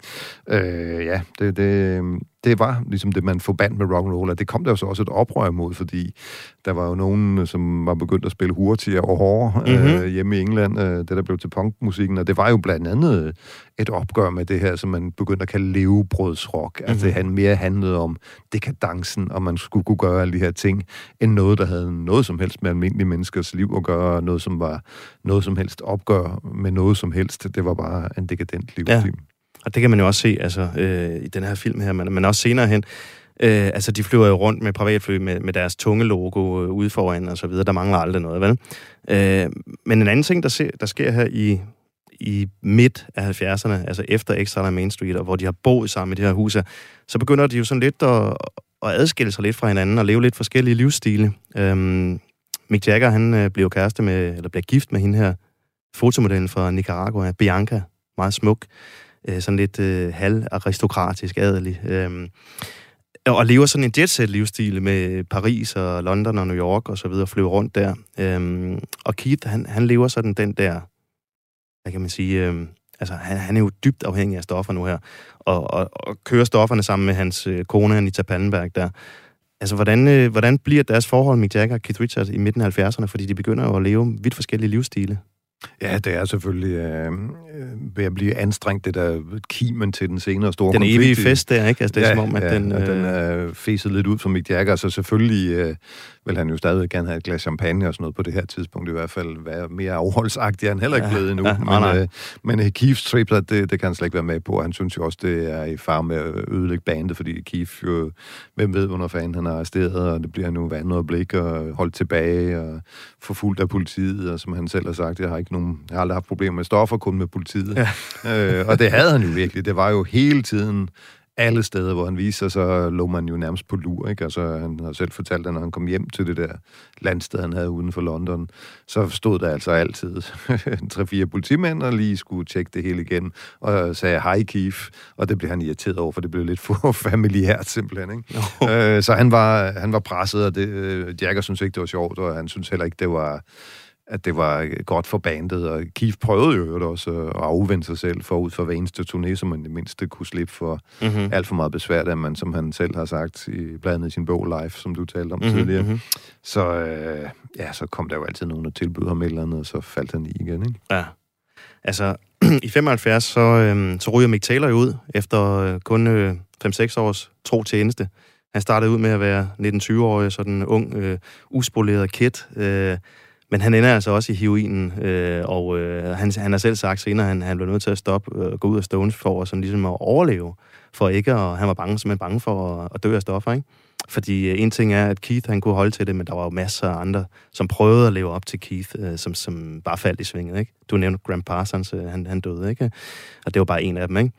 [SPEAKER 2] ikke? Det var ligesom det, man forbandt med rock and roll, og det kom der jo så også et oprør imod, fordi der var jo nogen, som var begyndt at spille hurtigere og hårdere hjemme i England, det der blev til punkmusikken, og det var jo blandt andet et opgør med det her, som man begyndte at kalde levebrødsrock. Altså det mere handlede om dekadencen, og man skulle kunne gøre alle de her ting, end noget, der havde noget som helst med almindelige menneskers liv at gøre, noget som var noget som helst opgør med noget som helst. Det var bare en dekadent livsstil.
[SPEAKER 1] Ja. Og det kan man jo også se altså, i den her film her, men også senere hen. Altså, de flyver jo rundt med privatfly med deres tunge logo ude foran og så videre. Der mangler aldrig noget, vel? Men en anden ting, der sker her i midt af 70'erne, altså efter Exile Main Street, og hvor de har boet sammen i det her hus, så begynder de jo sådan lidt at adskille sig lidt fra hinanden og leve lidt forskellige livsstile. Mick Jagger, han bliver kæreste med, eller bliver gift med hende her fotomodellen fra Nicaragua, Bianca, meget smuk, sådan lidt halvaristokratisk, adelig, og lever sådan en jet-set-livsstil med Paris og London og New York og så videre, flyver rundt der. Og Keith, han lever sådan den der, hvad kan man sige, altså han er jo dybt afhængig af stoffer nu her, og kører stofferne sammen med hans kone, Anita Pallenberg, der. Altså, hvordan bliver deres forhold, Mick Jagger og Keith Richards, i midten af 70'erne, fordi de begynder jo at leve vidt forskellige livsstile?
[SPEAKER 2] Ja, det er selvfølgelig ved at blive anstrengt, det der kimen til den senere store konflikt.
[SPEAKER 1] Den evige fest der, ikke? Altså, det er som om, at den
[SPEAKER 2] er fæset lidt ud for Mick Jagger, så selvfølgelig vil han jo stadig gerne have et glas champagne og sådan noget på det her tidspunkt, i hvert fald være mere afholdsagtig, han heller ikke blevet endnu. Men Keiths trip, det kan han slet ikke være med på. Han synes jo også, det er i fare med at ødelægge bandet, fordi Keith jo, hvem ved, hvornår fanden han er arresteret, og det bliver nu hver andet blik og holdt tilbage og forfulgt af politiet, og som han selv har sagt, jeg har aldrig haft problemer med stoffer, kun med politiet. Ja. Og det havde han jo virkelig. Det var jo hele tiden alle steder, hvor han viser sig, så lå man jo nærmest på lur, ikke? Altså, han har selv fortalt, at når han kom hjem til det der landsted, han havde uden for London, så stod der altså altid 3-4 politimænd, og lige skulle tjekke det hele igen, og sagde, hej Keith, og det blev han irriteret over, for det blev lidt for familiært, simpelthen, ikke? Så han var presset, og Jagger synes ikke, det var sjovt, og han synes heller ikke, at det var godt for bandet, og Keith prøvede jo også at afvende sig selv forud for hver eneste turné, så man det mindste kunne slippe for alt for meget besvær, da man, som han selv har sagt, blandt andet i sin bog Live, som du talte om tidligere. Så kom der jo altid nogen, der tilbød ham et eller andet, og så faldt han i igen, ikke?
[SPEAKER 1] Ja. Altså, i 75, så ryger Mick Taylor ud, efter kun 5-6 års tro tjeneste. Han startede ud med at være 19-20-årig, sådan en ung, uspoleret kid, men han ender altså også i heroinen, og han har selv sagt senere, at han blev nødt til at stoppe og gå ud af Stones for sådan ligesom at overleve, for ikke, og han var simpelthen bange for at dø af stoffer, ikke? Fordi en ting er, at Keith, han kunne holde til det, men der var jo masser af andre, som prøvede at leve op til Keith, som bare faldt i svinget, ikke? Du nævnte Graham Parsons, han døde, ikke? Og det var bare en af dem, ikke?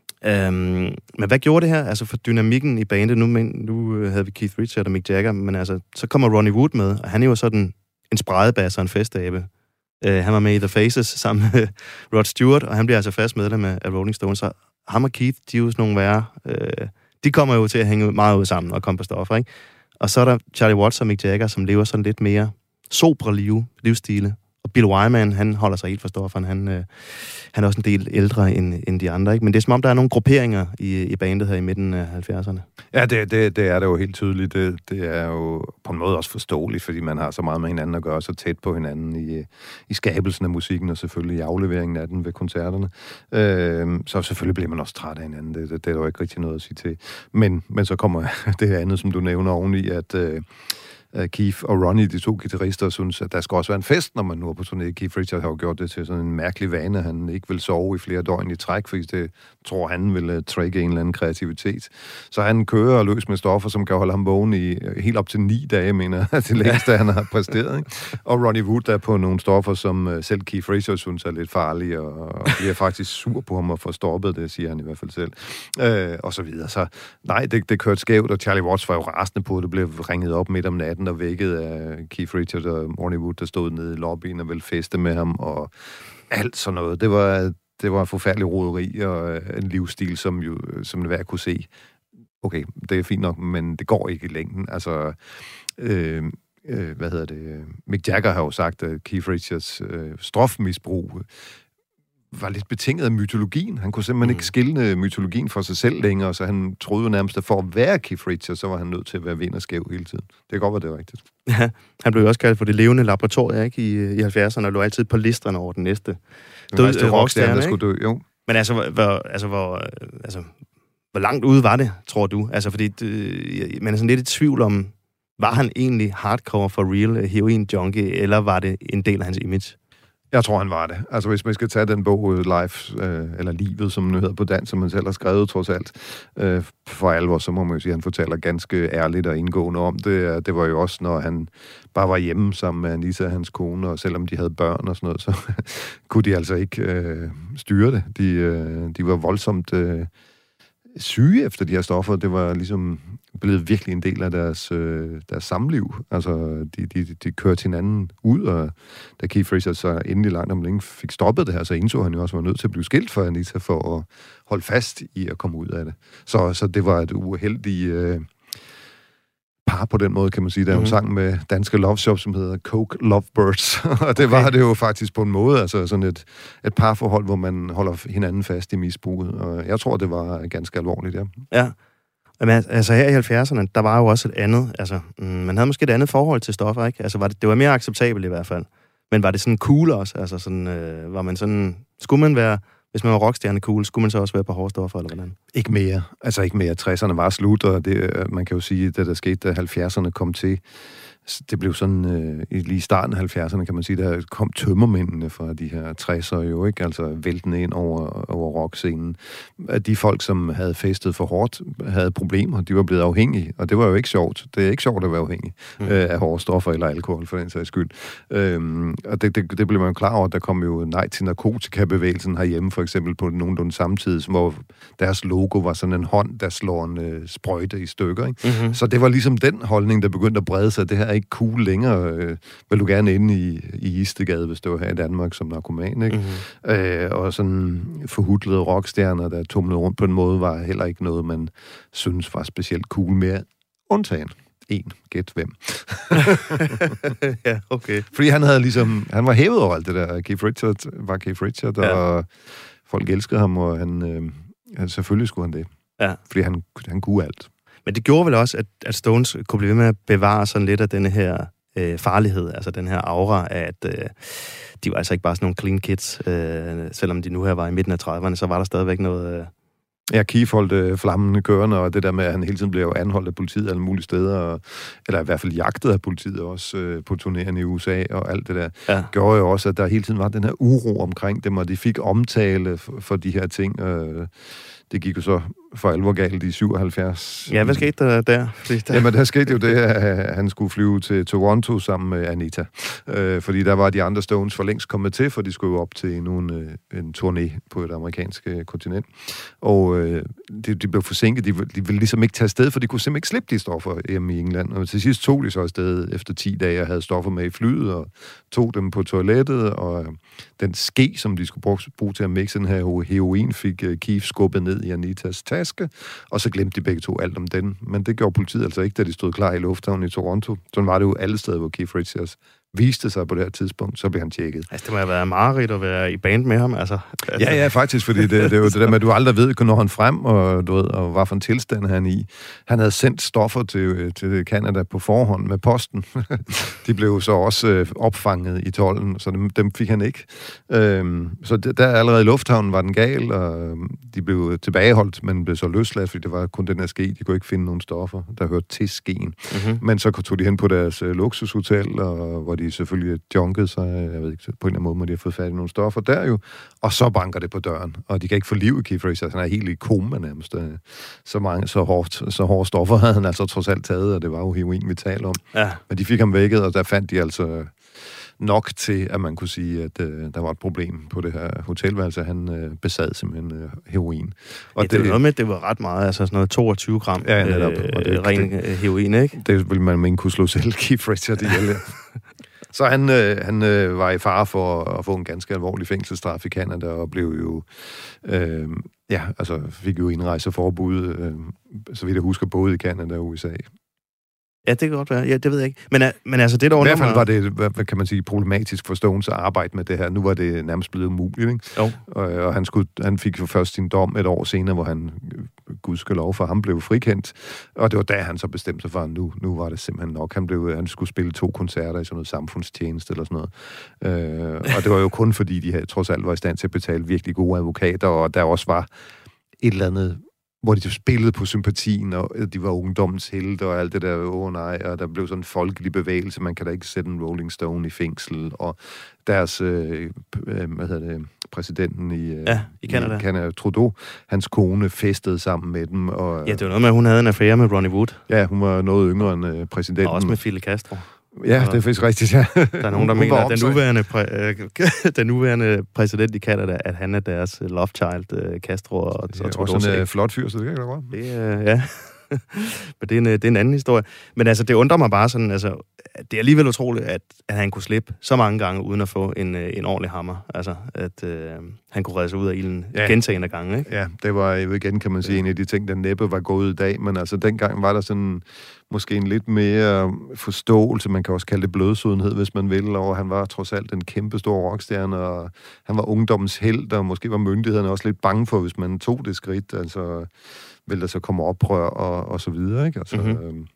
[SPEAKER 1] Men hvad gjorde det her, altså for dynamikken i bandet? Nu havde vi Keith Richards og Mick Jagger, men altså, så kommer Ronnie Wood med, og han er jo sådan en spredebass og en festabe. Han var med i The Faces sammen med Rod Stewart, og han bliver altså fast medlem af Rolling Stones. Så ham og Keith, de er jo sådan nogle værre. De kommer jo til at hænge meget ud sammen og komme på stoffer, ikke? Og så er der Charlie Watts og Mick Jagger, som lever sådan lidt mere sobre livsstile. Og Bill Wyman, han holder sig helt for stofferne. Han er også en del ældre end de andre, ikke? Men det er som om, der er nogle grupperinger i bandet her i midten af 70'erne.
[SPEAKER 2] Ja, det er det jo helt tydeligt. Det er jo på en måde også forståeligt, fordi man har så meget med hinanden at gøre, så tæt på hinanden i skabelsen af musikken, og selvfølgelig i afleveringen af den ved koncerterne. Så selvfølgelig bliver man også træt af hinanden. Det er jo ikke rigtig noget at sige til. Men så kommer det andet, som du nævner oveni, at Keith og Ronnie, de to guitarister, synes, at der skal også være en fest, når man nu er på turné. Keith Richards har jo gjort det til sådan en mærkelig vane, han ikke vil sove i flere døgn i træk, fordi det tror han vil trigge en eller anden kreativitet. Så han kører løs med stoffer, som kan holde ham vågen i helt op til 9 dage, mener jeg, det længste, han har præsteret, ikke? Og Ronnie Wood er på nogle stoffer, som selv Keith Richards synes er lidt farlige, og bliver faktisk sur på ham og får stoppet det, siger han i hvert fald selv. Og så videre. Så nej, det kørte skævt, og Charlie Watts var jo rasende på, det blev ringet op midt om natten, og vækket af Keith Richards og Ronnie Wood, der stod nede i lobbyen og ville feste med ham, og alt sådan noget. Det var en forfærdelig roderi og en livsstil, som enhver kunne se. Okay, det er fint nok, men det går ikke i længden. Altså, Mick Jagger har jo sagt, at Keith Richards stofmisbrug var lidt betinget af mytologien. Han kunne simpelthen ikke skille mytologien for sig selv længere, så han troede jo nærmest, at for at være Keith Richards, så var han nødt til at være vind og skæv hele tiden. Det kan godt være, det er rigtigt.
[SPEAKER 1] Ja, han blev jo også kaldt for det levende laboratorium, ikke? I 70'erne, og lå altid på listerne over den næste død rockstjerne, der
[SPEAKER 2] skulle dø, jo.
[SPEAKER 1] Men hvor langt ude var det, tror du? Altså, fordi man er sådan lidt i tvivl om, var han egentlig hardcore for real heroin junkie, eller var det en del af hans image?
[SPEAKER 2] Jeg tror, han var det. Altså, hvis man skal tage den bog Life, eller Livet, som den hedder på dansk, som han selv har skrevet, trods alt, for alvor, så må man jo sige, at han fortæller ganske ærligt og indgående om det. Det var jo også, når han bare var hjemme sammen med Anita, hans kone, og selvom de havde børn og sådan noget, så kunne de altså ikke styre det. De var voldsomt syge efter de her stoffer. Det var ligesom blevet virkelig en del af deres samliv. Altså, de kørte hinanden ud, og da Keith Richards så endelig langt om længe fik stoppet det her, så indså han jo også, var nødt til at blive skilt for Anita, for at holde fast i at komme ud af det. Så det var et uheldigt par på den måde, kan man sige. Der er jo en sang med danske Love Shop, som hedder Coke Lovebirds, og det var det jo faktisk på en måde, altså sådan et parforhold, hvor man holder hinanden fast i misbruget, og jeg tror, det var ganske alvorligt, ja.
[SPEAKER 1] Ja. Men altså her i 70'erne, der var jo også et andet, altså man havde måske et andet forhold til stoffer, ikke? Altså det var mere acceptabelt i hvert fald. Men var det sådan cool også? Altså sådan, var man sådan, skulle man være, hvis man var rockstjerne cool, skulle man så også være på hårde stoffer, eller hvordan?
[SPEAKER 2] Ikke mere. Altså ikke mere. 60'erne var slut, og det, man kan jo sige, det der skete, da 70'erne kom til, det blev sådan, lige i starten af 70'erne, kan man sige, der kom tømmermændene fra de her 60'ere jo, ikke? Altså væltende ind over rockscenen. De folk, som havde festet for hårdt, havde problemer. De var blevet afhængige, og det var jo ikke sjovt. Det er ikke sjovt at være afhængig af hårde stoffer eller alkohol, for den sags skyld. Og det blev man jo klar over. Der kom jo nej til narkotikabevægelsen herhjemme, for eksempel på nogenlunde samtidig, hvor deres logo var sådan en hånd, der slår en sprøjte i stykker, ikke? Mm-hmm. Så det var ligesom den holdning, der begyndte at brede sig. Det her er ikke cool længere. Vil du gerne inde i Istegade, hvis du var her i Danmark som narkoman, ikke? Mm-hmm. Og sådan forhudlede rockstjerner, der tumlede rundt på en måde, var heller ikke noget, man synes var specielt cool mere. Undtagen gæt hvem.
[SPEAKER 1] Ja, okay.
[SPEAKER 2] Fordi han var hævet over alt det der. Keith Richards, ja. Og folk elskede ham, og han selvfølgelig skulle han det. Ja. Fordi han kunne alt.
[SPEAKER 1] Men det gjorde vel også, at Stones kunne blive ved med at bevare sådan lidt af denne her farlighed, altså den her aura af, at de var altså ikke bare sådan nogle clean kids, selvom de nu her var i midten af 30'erne, så var der stadigvæk noget...
[SPEAKER 2] Ja, Keith holdt flammen kørende, og det der med, at han hele tiden blev anholdt af politiet alle mulige steder, eller i hvert fald jagtet af politiet også på turnéerne i USA og alt det der, gjorde jo også, at der hele tiden var den her uro omkring dem, og de fik omtale for de her ting. Det gik jo så for alvor galt i 77.
[SPEAKER 1] Ja, hvad skete der?
[SPEAKER 2] Jamen, der skete jo det, at han skulle flyve til Toronto sammen med Anita. Fordi der var de andre Stones for længst kommet til, for de skulle jo op til en turné på det amerikanske kontinent. Og de blev forsinket. De ville ligesom ikke tage afsted, for de kunne simpelthen ikke slippe de stoffer hjemme i England. Og til sidst tog de så afsted efter 10 dage og havde stoffer med i flyet, og tog dem på toilettet, og den ske, som de skulle bruge til at mixe den her heroin, fik Keith skubbet ned i Anitas taske, og så glemte de begge to alt om den. Men det gjorde politiet altså ikke, da de stod klar i lufthavnen i Toronto. Sådan var det jo alle steder, hvor Keith Richards viste sig på det her tidspunkt, så blev han tjekket.
[SPEAKER 1] Altså, det må have været mareridt at være i band med ham, altså.
[SPEAKER 2] Ja, faktisk, fordi det er jo det der med, at du aldrig ved, når han frem, og du ved, og hvad for en tilstand han i. Han havde sendt stoffer til Canada på forhånd med posten. De blev så også opfanget i tolden, så dem fik han ikke. Så der allerede i lufthavnen var den gal, og de blev tilbageholdt, men blev så løsladt, fordi det var kun den her ske. De kunne ikke finde nogen stoffer, der hørte til skeen. Mm-hmm. Men så tog de hen på deres luksushotel, og hvor de selvfølgelig junkede sig, jeg ved ikke, på en eller anden måde må de have fået fat i nogle stoffer der jo, og så banker det på døren, og de kan ikke få liv i Keith Richards, han er helt i koma nærmest. Så hårde stoffer havde han altså trods alt taget, og det var jo heroin, vi talte om. Ja. Men de fik ham vækket, og der fandt de altså nok til, at man kunne sige, at der var et problem på det her hotelværelse. Han besad simpelthen heroin. Og
[SPEAKER 1] det var noget med, det var ret meget, altså sådan noget 22 gram ren heroin, ikke?
[SPEAKER 2] Det ville man kunne slå selv Keith Richards ihjel. Så han var i fare for at få en ganske alvorlig fængselsstraf i Canada, og blev jo, fik jo indrejseforbud, så vidt jeg husker, både i Canada og USA.
[SPEAKER 1] Ja, det kan godt være. Ja, det ved jeg ikke. Men altså, det der
[SPEAKER 2] i hvert fald var det, hvad kan man sige, problematisk for Stones at arbejde med det her. Nu var det nærmest blevet umuligt, ikke? Jo. Og han fik jo først sin dom et år senere, hvor han, gudskelov for ham, blev frikendt. Og det var da han så bestemte sig for, at nu var det simpelthen nok. Han skulle spille 2 koncerter i sådan noget samfundstjeneste eller sådan noget. Og det var jo kun fordi, de trods alt var i stand til at betale virkelig gode advokater, og der også var et eller andet hvor de spillede på sympatien, og de var ungdommens helte, og alt det der, nej, og der blev sådan en folkelig bevægelse, man kan da ikke sætte en Rolling Stone i fængsel, og deres, præsidenten
[SPEAKER 1] i Canada,
[SPEAKER 2] Trudeau, hans kone festede sammen med dem. Og,
[SPEAKER 1] ja, det var noget med, at hun havde en affære med Ronnie Wood.
[SPEAKER 2] Ja, hun var noget yngre end præsidenten. Og
[SPEAKER 1] også med Fidel Castro.
[SPEAKER 2] Ja, det er faktisk rigtigt, ja.
[SPEAKER 1] Der er nogen, der mener, at den nuværende præsident i Canada, at han er deres love child, Castro og
[SPEAKER 2] Trudeau. Det er også en flot fyr, så det kan jeg godt.
[SPEAKER 1] Ja. Men det er en anden historie. Men altså, det undrer mig bare sådan, altså, det er alligevel utroligt, at han kunne slippe så mange gange, uden at få en ordentlig hammer. Altså, at han kunne redde sig ud af ilden gentagende gange, ikke?
[SPEAKER 2] Ja, det var jo igen, kan man sige, en af de ting, der næppe var gået i dag. Men altså, dengang var der sådan måske en lidt mere forståelse, man kan også kalde det blødsudenhed, hvis man vil, og han var trods alt en kæmpe stor rockstjerne, og han var ungdommens helt, og måske var myndighederne også lidt bange for, hvis man tog det skridt, altså vil der så komme oprør og så videre, ikke? Altså,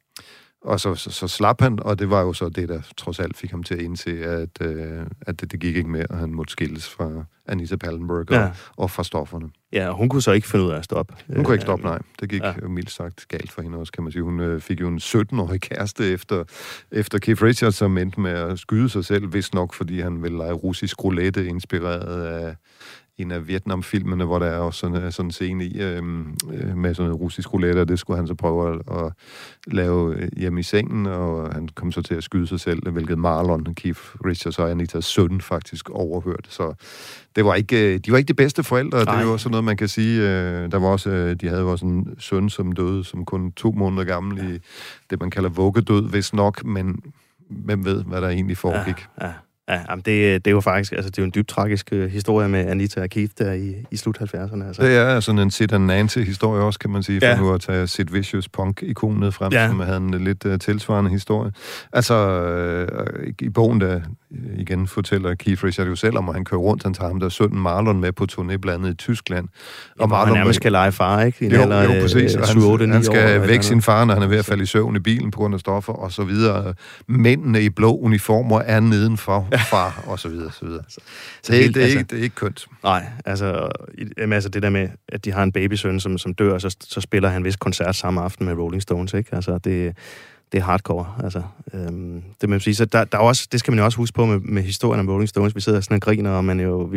[SPEAKER 2] og så slap han, og det var jo så det, der trods alt fik ham til at indse, at det gik ikke mere, og han måtte skilles fra Anita Pallenberg og fra stofferne.
[SPEAKER 1] Ja, og hun kunne så ikke finde ud af at stoppe.
[SPEAKER 2] Hun kunne ikke stoppe, nej. Det gik mildt sagt galt for hende også, kan man sige. Hun fik jo en 17-årig kæreste efter Keith Richards, som endte med at skyde sig selv, vist nok, fordi han ville lege russisk roulette, inspireret af en af Vietnam-filmene, hvor der er også sådan en scene i med sådan en russisk roulette, og det skulle han så prøve at lave hjemme i sengen, og han kom så til at skyde sig selv, hvilket Marlon, Keith Richards og Anitas søn faktisk overhørte. Så de var ikke de bedste forældre. Nej. Det er jo også noget, man kan sige. Der var også, de havde jo også en søn, som døde, som kun 2 måneder gammel i det, man kalder vuggedød, vist nok, men hvem ved, hvad der egentlig foregik.
[SPEAKER 1] Ja. Ja, det er jo faktisk, altså det er jo en dybt tragisk historie med Anita og Keith der i slut 70'erne. Altså. Det
[SPEAKER 2] er sådan en Sid and Nancy-historie også, kan man sige, for nu at tage Sid Vicious punk-ikon ned frem, som havde en lidt tilsvarende historie. Altså, i bogen, der igen fortæller Keith Richards jo selv om, at han kører rundt, han tager ham der sønnen Marlon med på turné blandt i Tyskland.
[SPEAKER 1] Og Marlon han nærmest skal lege far, ikke?
[SPEAKER 2] Jo, præcis. Han skal vække sin far, når han er ved at falde i søvn i bilen på grund af stoffer, og så videre. Mændene i blå uniformer er nedenfor far, og så videre, så videre. Så det er ikke kønt.
[SPEAKER 1] Nej, altså det der med, at de har en babysøn, som dør, og så spiller han vist koncert samme aften med Rolling Stones, ikke? Altså, det er hardcore, altså. Det man sige, så der er også, det skal man jo også huske på med historien om Rolling Stones. Vi sidder sådan og griner, og vi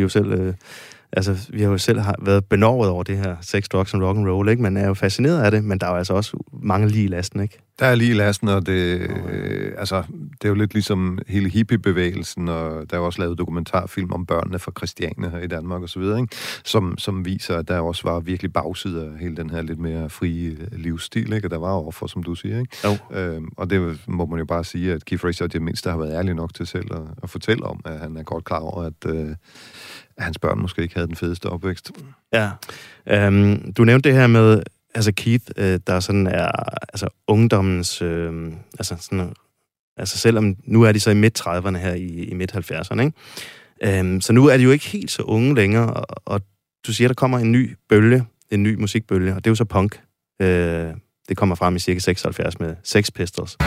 [SPEAKER 1] har jo selv været benovet over det her sex, drugs og rock and roll, ikke? Man er jo fascineret af det, men der er jo altså også mange lige i lasten, ikke?
[SPEAKER 2] Der er lige i lasten, og det er jo lidt ligesom hele hippiebevægelsen, og der er også lavet dokumentarfilm om børnene fra Christiania her i Danmark og så videre, ikke? Som viser, at der også var virkelig bagside af hele den her lidt mere frie livsstil, ikke? Og der var offer, som du siger, ikke? Og det må man jo bare sige, at Keith Richards det mindste har været ærlig nok til selv at fortælle om, at han er godt klar over, at hans børn måske ikke havde den fedeste opvækst.
[SPEAKER 1] Ja. Du nævnte det her med altså Keith, der sådan er altså ungdommens selvom nu er de så i midt-30'erne her i midt-70'erne, ikke? Så nu er de jo ikke helt så unge længere, og du siger, der kommer en ny musikbølge, og det er jo så punk. Det kommer frem i cirka 76 med Sex Pistols.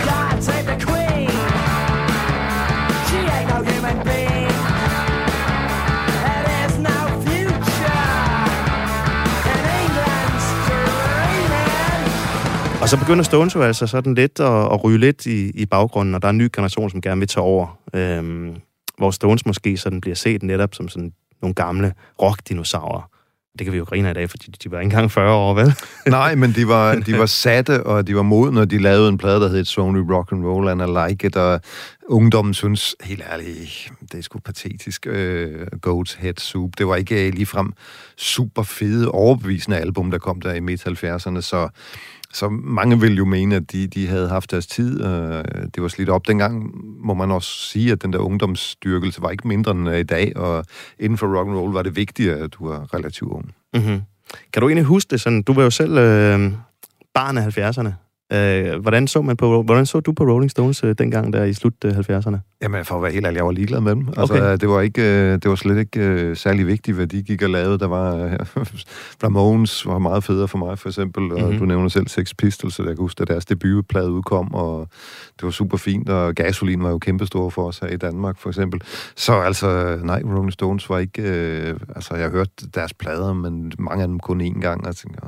[SPEAKER 1] Og så begynder Stones jo altså sådan lidt at ryge lidt i baggrunden, og der er en ny generation, som gerne vil tage over. Hvor Stones måske sådan bliver set netop som sådan nogle gamle rockdinosaurer. Det kan vi jo grine af i dag, fordi de var ikke engang 40 år, vel?
[SPEAKER 2] Nej, men de var satte, og de var modne, og de lavede en plade, der hed Sony Rock and Roll, and I Like It, og ungdommen synes, helt ærligt, det er sgu patetisk. Goat's Head Soup. Det var ikke ligefrem super fede, overbevisende album, der kom der i midt-70'erne, så mange vil jo mene, at de havde haft deres tid, det var slidt op. Dengang må man også sige, at den der ungdomsstyrkelse var ikke mindre end i dag, og inden for rock and roll var det vigtigt, at du var relativt ung.
[SPEAKER 1] Mm-hmm. Kan du egentlig huske det sådan? Du var jo selv barn af 70'erne. Hvordan så du på Rolling Stones dengang der i slut 70'erne?
[SPEAKER 2] Jamen, for at være helt ærlig, jeg var ligeglad med dem. Altså, det var slet ikke særlig vigtigt, hvad de gik og lavede. Der var Ramones var meget federe for mig, for eksempel, og du nævner selv Sex Pistols, så jeg kan huske, at deres debutplade udkom, og det var super fint, og Gasolin var jo kæmpestor for os her i Danmark, for eksempel. Så altså, nej, Rolling Stones var ikke... jeg hørte deres plader, men mange af dem kun én gang, og jeg tænkte,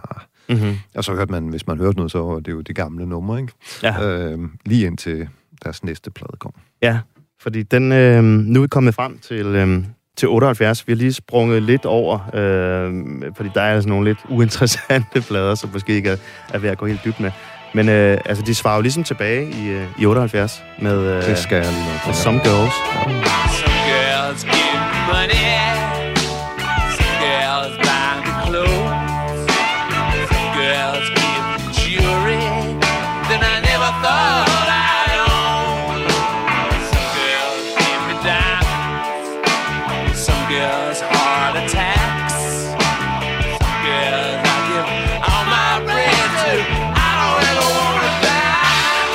[SPEAKER 2] og så hørte man, hvis man hørte noget, så var det jo de gamle numre, ikke? Ja. Lige indtil deres næste plade kom.
[SPEAKER 1] Ja, fordi den nu er vi kommet frem til 78. Vi har lige sprunget lidt over, fordi der er altså nogle lidt uinteressante plader, som måske ikke er ved at gå helt dybt med. Men de svarer jo ligesom tilbage i 78 med,
[SPEAKER 2] det skal jeg lige
[SPEAKER 1] med Some Girls.
[SPEAKER 3] Some girls give money, some girls buy the clothes, some girls give jewelry that I never thought I'd own. Some girls give me diamonds, some girls heart attacks, some girls I give all my bread to. I don't ever wanna die.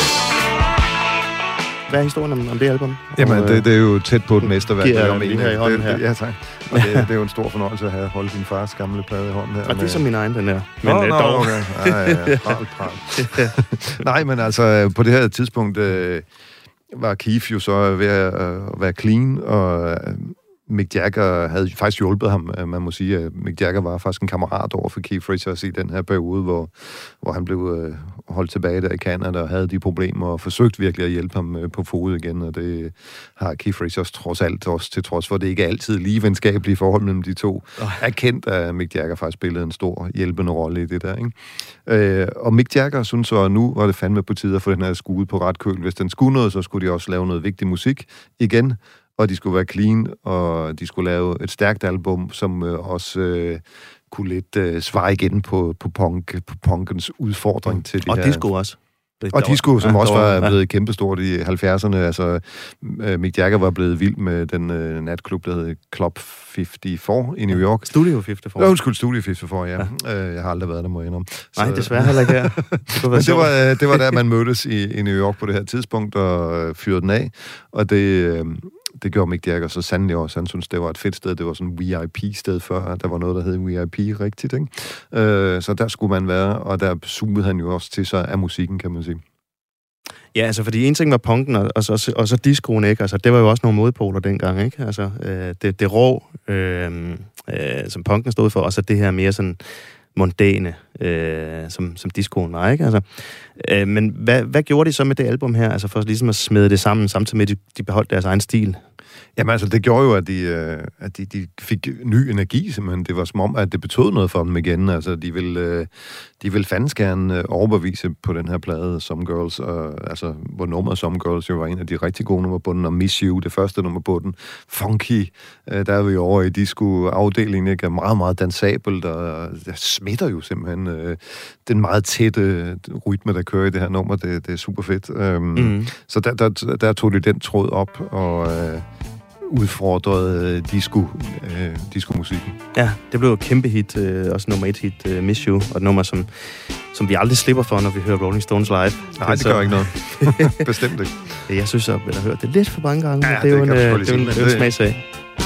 [SPEAKER 1] Hvad er historien om det album?
[SPEAKER 2] Jamen, det er jo tæt på et mesterværk.
[SPEAKER 1] Her i hånden her.
[SPEAKER 2] Ja, tak. Og det er jo en stor fornøjelse at have holdt din fars gamle plade i hånden her.
[SPEAKER 1] Og det er som min egen, den her. Men
[SPEAKER 2] dog. Okay. Ja. Pral. Nej, men altså, på det her tidspunkt var Keith jo så ved at være clean, og Mick Jagger havde faktisk hjulpet ham. Man må sige, at Mick Jagger var faktisk en kammerat over for Keith Richards i den her periode, hvor han blev holdt tilbage der i Canada og havde de problemer og forsøgt virkelig at hjælpe ham på fod igen, og det har Keith Richards trods alt også, til trods for, det ikke er altid lige venskabelige forhold mellem de to, erkendt, at Mick Jagger faktisk spillede en stor hjælpende rolle i det der, ikke? Og Mick Jagger synes så, at nu var det fandme på tide at få den her skude på ret køl. Hvis den skulle noget, så skulle de også lave noget vigtig musik igen, og de skulle være clean, og de skulle lave et stærkt album, som også kunne lidt svare igen på punkens udfordring til de
[SPEAKER 1] og
[SPEAKER 2] her...
[SPEAKER 1] Og disco også.
[SPEAKER 2] Og disco, som også var blevet kæmpestort i 70'erne. Altså, Mick Jagger var blevet vild med den natklub, der hed Club 54 i New York.
[SPEAKER 1] Studio 54.
[SPEAKER 2] Undskyld, Studio 54, ja. Jeg har aldrig været der, må jeg indrømme.
[SPEAKER 1] Nej, desværre heller ikke her.
[SPEAKER 2] Det var der, man mødtes i New York på det her tidspunkt, og fyrede den af. Og det gjorde Mick Jagger så sandelig også. Han synes, det var et fedt sted. Det var sådan en VIP-sted før. Der var noget, der hed VIP rigtigt, ikke? Så der skulle man være, og der sugede han jo også til sig af musikken, kan man sige.
[SPEAKER 1] Ja, altså, fordi en ting var punken, og så discoen, ikke? Altså, det var jo også nogle modpoler dengang, ikke? Altså, det rå, som punken stod for, og så det her mere sådan mondæne, som discoen var, ikke? Altså, men hvad gjorde de så med det album her, altså for ligesom at smide det sammen, samtidig med, at de beholdt deres egen stil?
[SPEAKER 2] Jamen altså, det gjorde jo, at de fik ny energi, simpelthen. Det var som om, at det betød noget for dem igen. Altså, de ville fandens gerne overbevise på den her plade, Some Girls, altså, hvor nummeret Some Girls jo var en af de rigtig gode nummer på den, og Miss You, det første nummer på den. Funky, der er vi over i disco-afdelingen, ikke? Meget, meget dansabelt, og det smitter jo simpelthen den meget tætte rytme, der kører i det her nummer. Det er super fedt. Så der tog de den tråd op, og udfordrede disco-musikken.
[SPEAKER 1] Ja, det blev et kæmpe hit, også nummer 1 hit, Miss You, og et nummer, som vi aldrig slipper for, når vi hører Rolling Stones live.
[SPEAKER 2] Nej, det gør ikke noget. Bestemt ikke.
[SPEAKER 1] Jeg synes, at jeg har hørt det lidt for mange gange. Ja, det er jo en smagsag.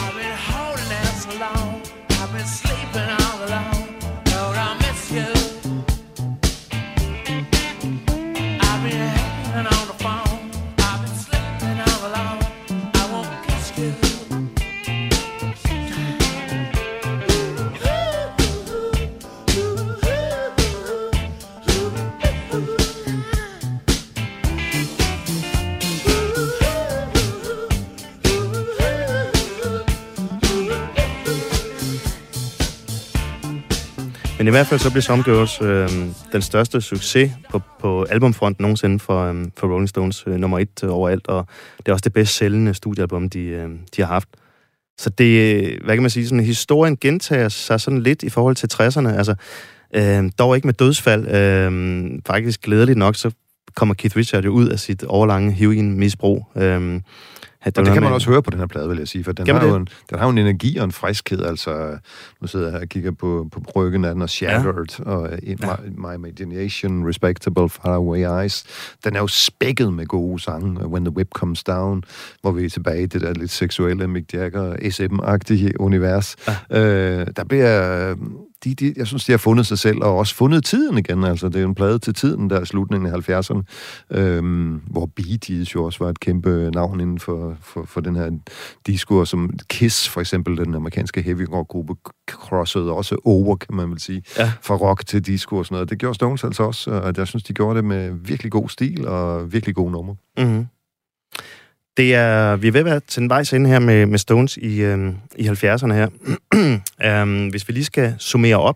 [SPEAKER 1] Men i hvert fald så blev Some Girls den største succes på albumfronten nogensinde for Rolling Stones, nummer 1 overalt, og det er også det bedst sælgende studiealbum, de har haft. Så det, hvad kan man sige, sådan historien gentager sig sådan lidt i forhold til 60'erne, altså dog ikke med dødsfald. Faktisk glædeligt nok, så kommer Keith Richards jo ud af sit overlange heroin-misbrug.
[SPEAKER 2] Og det kan man også høre på den her plade, vil jeg sige, for den har jo en energi og en friskhed, altså, nu sidder jeg her og kigger på bryggen af den, og Shattered, og My Imagination, Respectable, Faraway Eyes. Den er jo spækket med gode sange, When the Whip Comes Down, hvor vi er tilbage i det der lidt seksuelle Mick Jagger, SM-agtige univers. Der bliver... jeg synes, de har fundet sig selv, og også fundet tiden igen. Altså, det er en plade til tiden, der i slutningen af 70'erne, hvor Bee Gees jo også var et kæmpe navn inden for den her disco, som Kiss, for eksempel, den amerikanske heavy rock-gruppe, crossede også over, kan man vel sige, fra rock til disco og sådan noget. Det gjorde Stones altså også, og jeg synes, de gjorde det med virkelig god stil og virkelig gode numre.
[SPEAKER 1] Mm-hmm. Vi er ved at være til en vejs ende her med Stones i 70'erne her. Hvis vi lige skal summere op,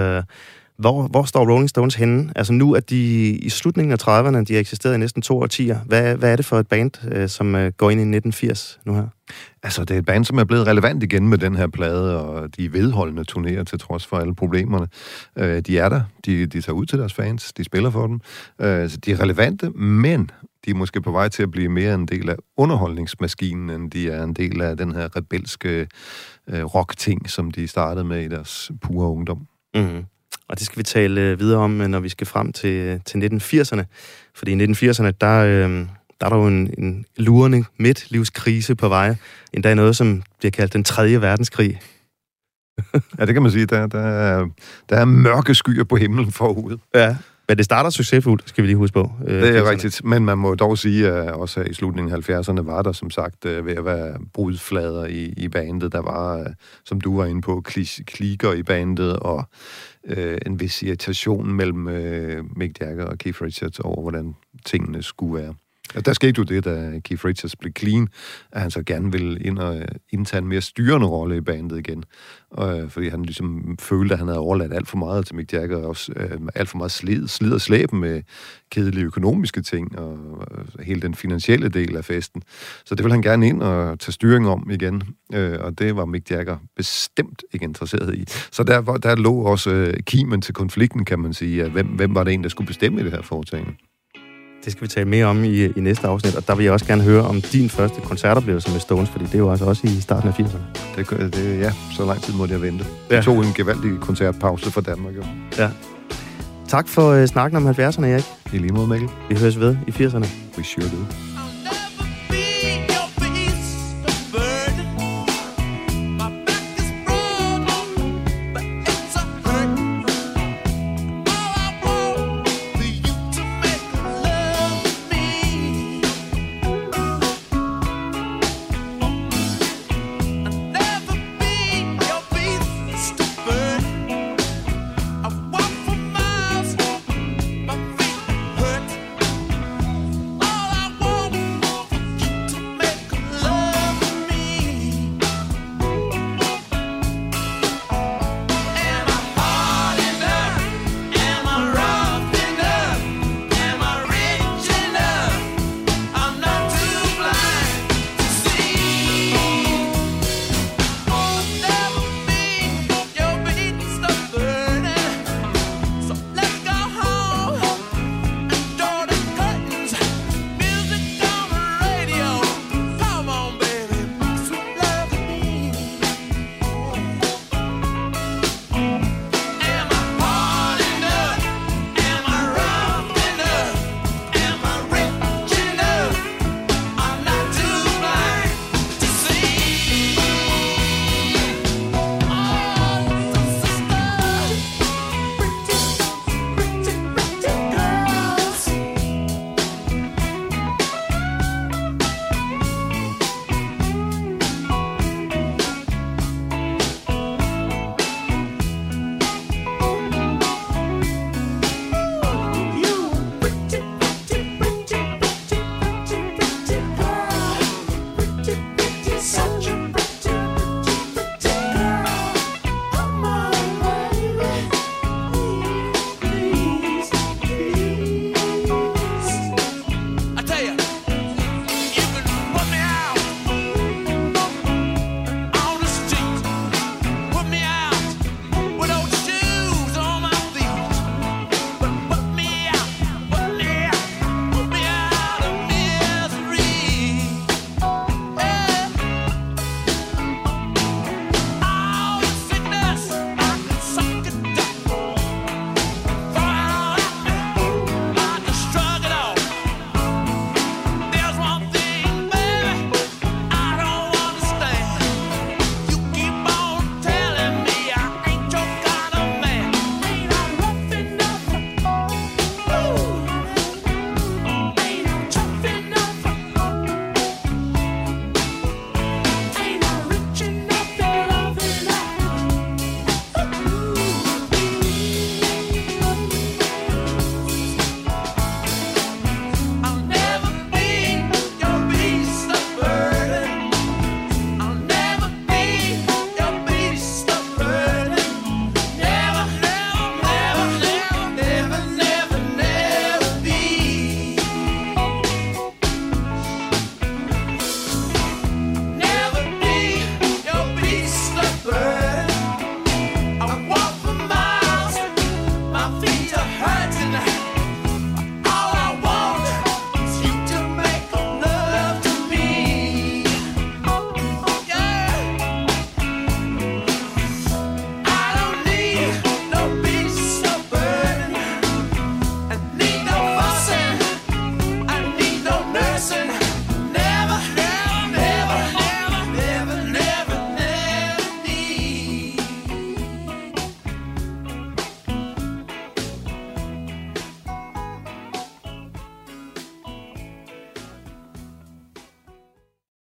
[SPEAKER 1] hvor står Rolling Stones henne? Altså nu er de i slutningen af 30'erne, de har eksisteret i næsten 2 årtier. Hvad er det for et band, som går ind i 1980 nu her?
[SPEAKER 2] Altså, det er et band, som er blevet relevant igen med den her plade, og de vedholdende turnerer til trods for alle problemerne. De er der. De tager ud til deres fans. De spiller for dem. Så de er relevante, men de er måske på vej til at blive mere en del af underholdningsmaskinen, end de er en del af den her rebelske rock-ting, som de startede med i deres pure ungdom.
[SPEAKER 1] Mm-hmm. Og det skal vi tale videre om, når vi skal frem til 1980'erne. Fordi i 1980'erne, der er der jo en lurende midtlivskrise på vej. Endda noget, som bliver kaldt den 3. verdenskrig.
[SPEAKER 2] Ja, det kan man sige. Der er mørke skyer på himlen forud.
[SPEAKER 1] Ja, men det starter succesfuldt, skal vi lige huske på.
[SPEAKER 2] Det er rigtigt, men man må dog sige, at også i slutningen af 70'erne var der som sagt ved at være brudflader i bandet. Der var, som du var inde på, klikker i bandet, og en vis irritation mellem Mick Jagger og Keith Richards over, hvordan tingene skulle være. Og der skete jo det, da Keith Richards blev clean, at han så gerne ville ind og indtage en mere styrende rolle i bandet igen. Fordi han ligesom følte, at han havde overladt alt for meget til Mick Jagger, og også alt for meget slid og slæb med kedelige økonomiske ting, og hele den finansielle del af festen. Så det ville han gerne ind og tage styring om igen, og det var Mick Jagger bestemt ikke interesseret i. Så der lå også kimen til konflikten, kan man sige, at hvem var det en, der skulle bestemme i det her foretagende.
[SPEAKER 1] Det skal vi tale mere om i næste afsnit, og der vil jeg også gerne høre om din første koncertoplevelse med Stones, fordi det er jo altså også i starten af 80'erne.
[SPEAKER 2] Ja, så lang tid måtte jeg vente. Jeg tog en gevaldig koncertpause for Danmark. Jo.
[SPEAKER 1] Ja. Tak for snakken om 70'erne, Erik.
[SPEAKER 2] I lige måde, Mikkel.
[SPEAKER 1] Vi høres ved i 80'erne.
[SPEAKER 2] We sure do.